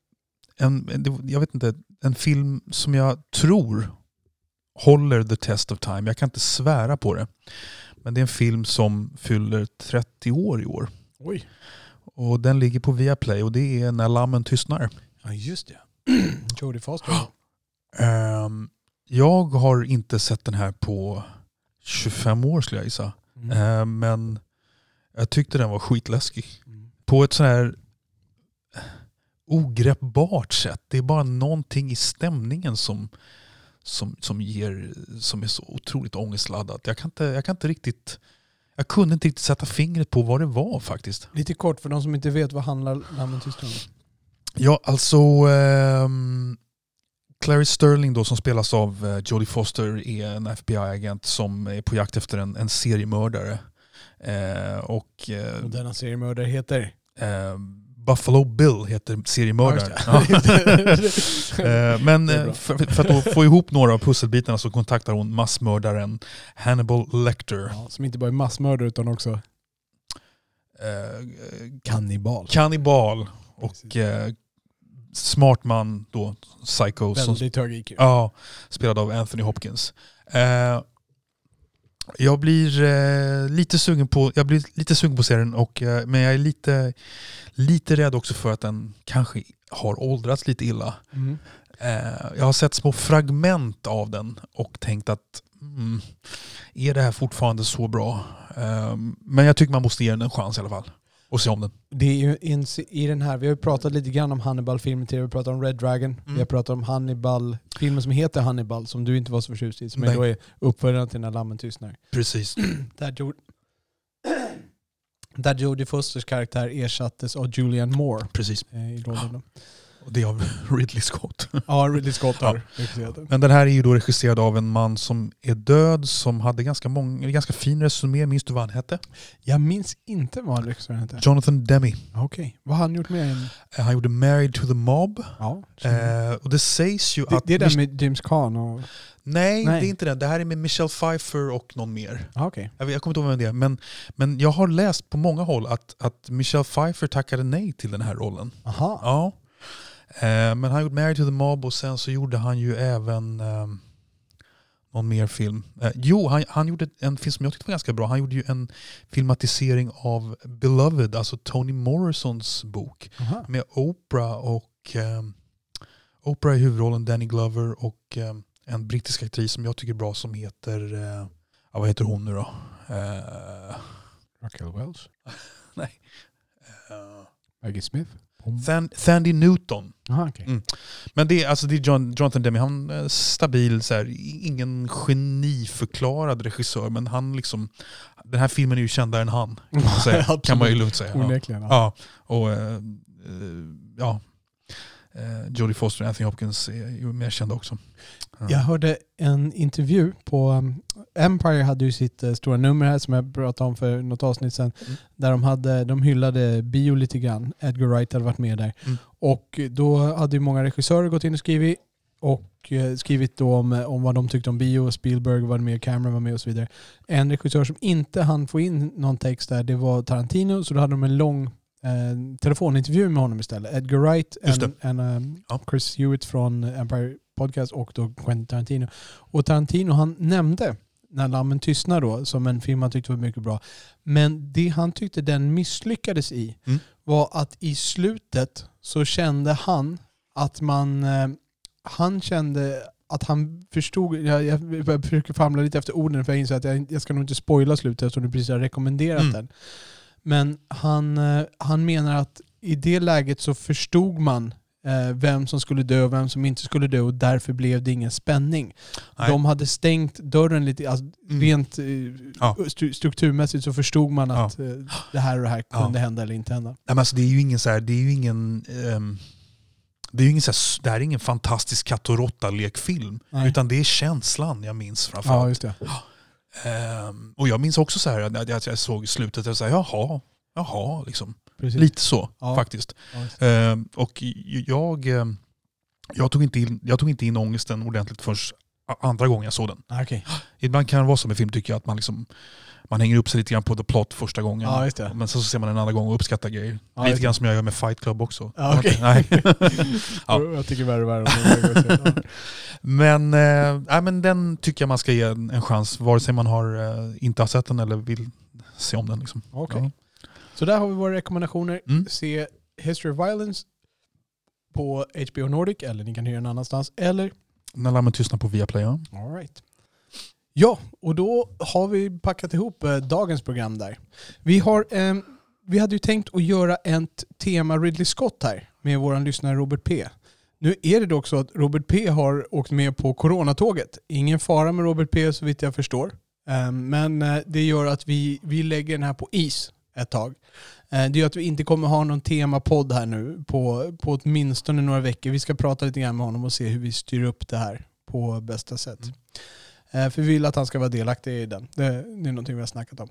en, jag vet inte, en film som jag tror håller the test of time. Jag kan inte svära på det. Men det är en film som fyller trettio år i år. Oj. Och den ligger på Viaplay och det är När lammen tystnar. Ja, just det. Jodie Foster. um, jag har inte sett den här på tjugofem år skulle jag gissa. Mm. Uh, men jag tyckte den var skitläskig. Mm. På ett sån här ogreppbart sätt. Det är bara någonting i stämningen som, som, som, ger, som är så otroligt ångestladdat. Jag kan inte, jag kan inte riktigt... Jag kunde inte riktigt sätta fingret på vad det var faktiskt. Lite kort för de som inte vet, vad handlar Lammen tystnar om? Ja, alltså... Um, Clarice Sterling då, som spelas av uh, Jodie Foster, är en F B I-agent som är på jakt efter en, en seriemördare. Uh, och, uh, och denna seriemördare heter? Uh, Buffalo Bill heter seriemördaren. Ja. uh, men uh, för, för att då få ihop några av pusselbitarna så kontaktar hon massmördaren Hannibal Lecter. Ja, som inte bara är massmördare utan också uh, kannibal. Kannibal. Och uh, smart man då, psycho. Väldigt hög I Q. Ja, spelad av Anthony Hopkins. Uh, jag blir uh, lite sugen på jag blir lite sugen på serien och uh, men jag är lite lite rädd också för att den kanske har åldrats lite illa. Mm. Uh, jag har sett små fragment av den och tänkt att mm, är det här fortfarande så bra? Uh, men jag tycker man måste ge den en chans i alla fall. Och se om den. Det är ju in, i den här, vi har ju pratat lite grann om Hannibal-filmen till, vi har pratat om Red Dragon, mm. vi har pratat om Hannibal, filmen som heter Hannibal, som du inte var så förtjust i, som är då är uppföljaren till När lammen tystnar. Precis. där, Jod- där Jodie Fosters karaktär ersattes av Julianne Moore. Precis. I rollen. Och det är av Ridley Scott. Ja, Ridley Scott har Ja. regisserat den. Men den här är ju då regisserad av en man som är död, som hade ganska, många, ganska fin resumé. Minns du vad han hette? Jag minns inte vad han regisserade hette. Jonathan Demme. Okej, okay. Vad har han gjort med en... Han gjorde Married to the Mob. Ja, eh, och det sägs ju det, att... det är den med James Caan och... Nej, Nej, det är inte den. Det här är med Michelle Pfeiffer och någon mer. Ah, okay. Jag, jag kommer inte ihåg vem det är. Men, men jag har läst på många håll att, att Michelle Pfeiffer tackade nej till den här rollen. Aha. Ja. Eh, men han gjorde Married to the Mob och sen så gjorde han ju även eh, någon mer film. Eh, jo, han, han gjorde en film som jag tyckte var ganska bra. Han gjorde ju en filmatisering av Beloved, alltså Toni Morrisons bok. Aha. Med Oprah och eh, Oprah i huvudrollen, Danny Glover och eh, en brittisk aktris som jag tycker är bra som heter, eh, ja, vad heter hon nu då? Eh, Raquel Welch? nej. Uh, Maggie Smith? Than, Thandie Newton. Aha, okay. Mm. Men det är, alltså, det är John, Jonathan Demme, han är stabil, så här, ingen geniförklarad regissör, men han liksom, den här filmen är ju kändare än han, kan man, säga, kan man ju lugnt säga. Onekligen. Ja. Ja, och uh, ja, uh, Jodie Foster och Anthony Hopkins är ju mer kända också. Ja. Jag hörde en intervju på um, Empire hade ju sitt uh, stora nummer här som jag pratade om för något avsnitt sedan. Mm. Där de, hade, de hyllade bio lite grann. Edgar Wright hade varit med där. Mm. Och då hade ju många regissörer gått in och skrivit. Och uh, skrivit då om, om vad de tyckte om bio. Spielberg var med, Cameron var med och så vidare. En regissör som inte hann få in någon text där, det var Tarantino. Så då hade de en lång uh, telefonintervju med honom istället. Edgar Wright, en, en um, ja. Chris Hewitt från Empire Podcast och då Quentin Tarantino. Och Tarantino, han nämnde När lammen tystnar då, som en film han tyckte var mycket bra. Men det han tyckte den misslyckades i mm. var att i slutet så kände han att man eh, han kände att han förstod, jag, jag försöker famla lite efter orden för jag inser att jag, jag ska nog inte spoila slutet eftersom du precis har rekommenderat mm. den. Men han, eh, han menar att i det läget så förstod man Eh, vem som skulle dö och vem som inte skulle dö och därför blev det ingen spänning. Nej. De hade stängt dörren lite, alltså, mm. rent eh, ja. st- strukturmässigt så förstod man att ja. eh, det här och det här kunde ja. hända eller inte hända. Nej, men alltså, det är ju ingen så här, det är ju ingen um, det är ju ingen så här, det här är ingen fantastisk katt och råtta lekfilm utan det är känslan jag minns framförallt. Ja, just det. Um, och jag minns också så här att jag, jag såg slutet och så här, jaha, jaha liksom. Precis. Lite så, ja. faktiskt. Ja, uh, och jag, jag, tog inte in, jag tog inte in ångesten ordentligt först andra gången jag såg den. Okay. Ibland kan det vara som en film tycker jag att man, liksom, man hänger upp sig lite grann på the plot första gången. Ja, just det. Men så ser man en annan gång och uppskattar grejer. Ja, lite grann som jag gör med Fight Club också. Ja, okay. Nej. Ja. Jag tycker värre och värre. Men, äh, men den tycker jag man ska ge en, en chans, vare sig man har, äh, inte har sett den eller vill se om den. Liksom. Okay. Ja. Så där har vi våra rekommendationer. Mm. Se History of Violence på H B O Nordic, eller ni kan hyra den annanstans, eller När lammen tystnar på Viaplay. Ja. All right. Ja, och då har vi packat ihop eh, dagens program där. Vi har eh, vi hade ju tänkt att göra ett tema Ridley Scott här med våran lyssnare Robert P. Nu är det dock så att Robert P har åkt med på coronatåget. Ingen fara med Robert P så vitt jag förstår. Eh, men eh, det gör att vi, vi lägger den här på is ett tag. Det gör att vi inte kommer ha någon temapodd här nu på, på åtminstone några veckor. Vi ska prata lite grann med honom och se hur vi styr upp det här på bästa sätt. Mm. För vi vill att han ska vara delaktig i den. Det, det är någonting vi har snackat om.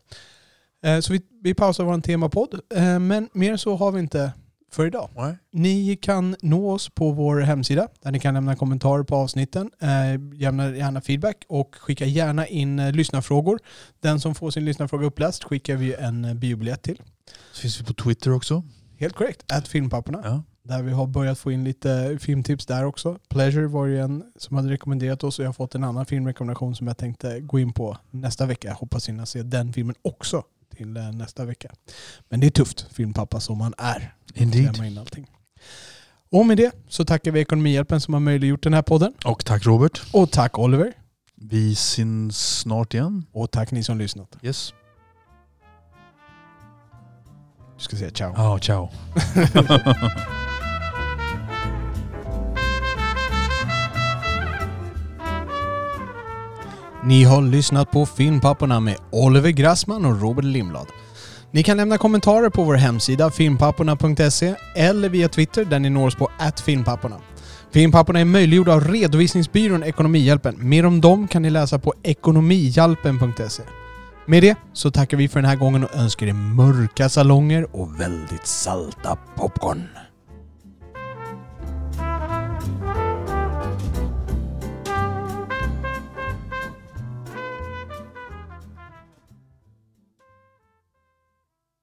Så vi, vi pausar vår temapodd. Men mer så har vi inte för idag. Nej. Ni kan nå oss på vår hemsida där ni kan lämna kommentarer på avsnitten. Lämna gärna feedback och skicka gärna in lyssnarfrågor. Den som får sin lyssnarfråga uppläst skickar vi en biobiljett till. Så finns vi på Twitter också. Helt korrekt. At Filmpapporna. Ja. Där vi har börjat få in lite filmtips där också. Pleasure var ju en som hade rekommenderat oss och jag har fått en annan filmrekommendation som jag tänkte gå in på nästa vecka. Jag hoppas hinna se den filmen också till nästa vecka. Men det är tufft, filmpappa som man är. Indeed. In allting. Och med det så tackar vi Ekonomihjälpen som har möjliggjort den här podden. Och tack Robert. Och tack Oliver. Vi syns snart igen. Och tack ni som lyssnat. Yes. Du ska säga ciao. Ja, oh, ciao. Ni har lyssnat på Filmpapporna med Oliver Grassman och Robert Lindblad. Ni kan lämna kommentarer på vår hemsida filmpapporna punkt se eller via Twitter där ni når oss på at filmpapporna. Filmpapporna är möjliggjorda av redovisningsbyrån Ekonomihjälpen. Mer om dem kan ni läsa på ekonomihjälpen punkt se. Med det så tackar vi för den här gången och önskar er mörka salonger och väldigt salta popcorn.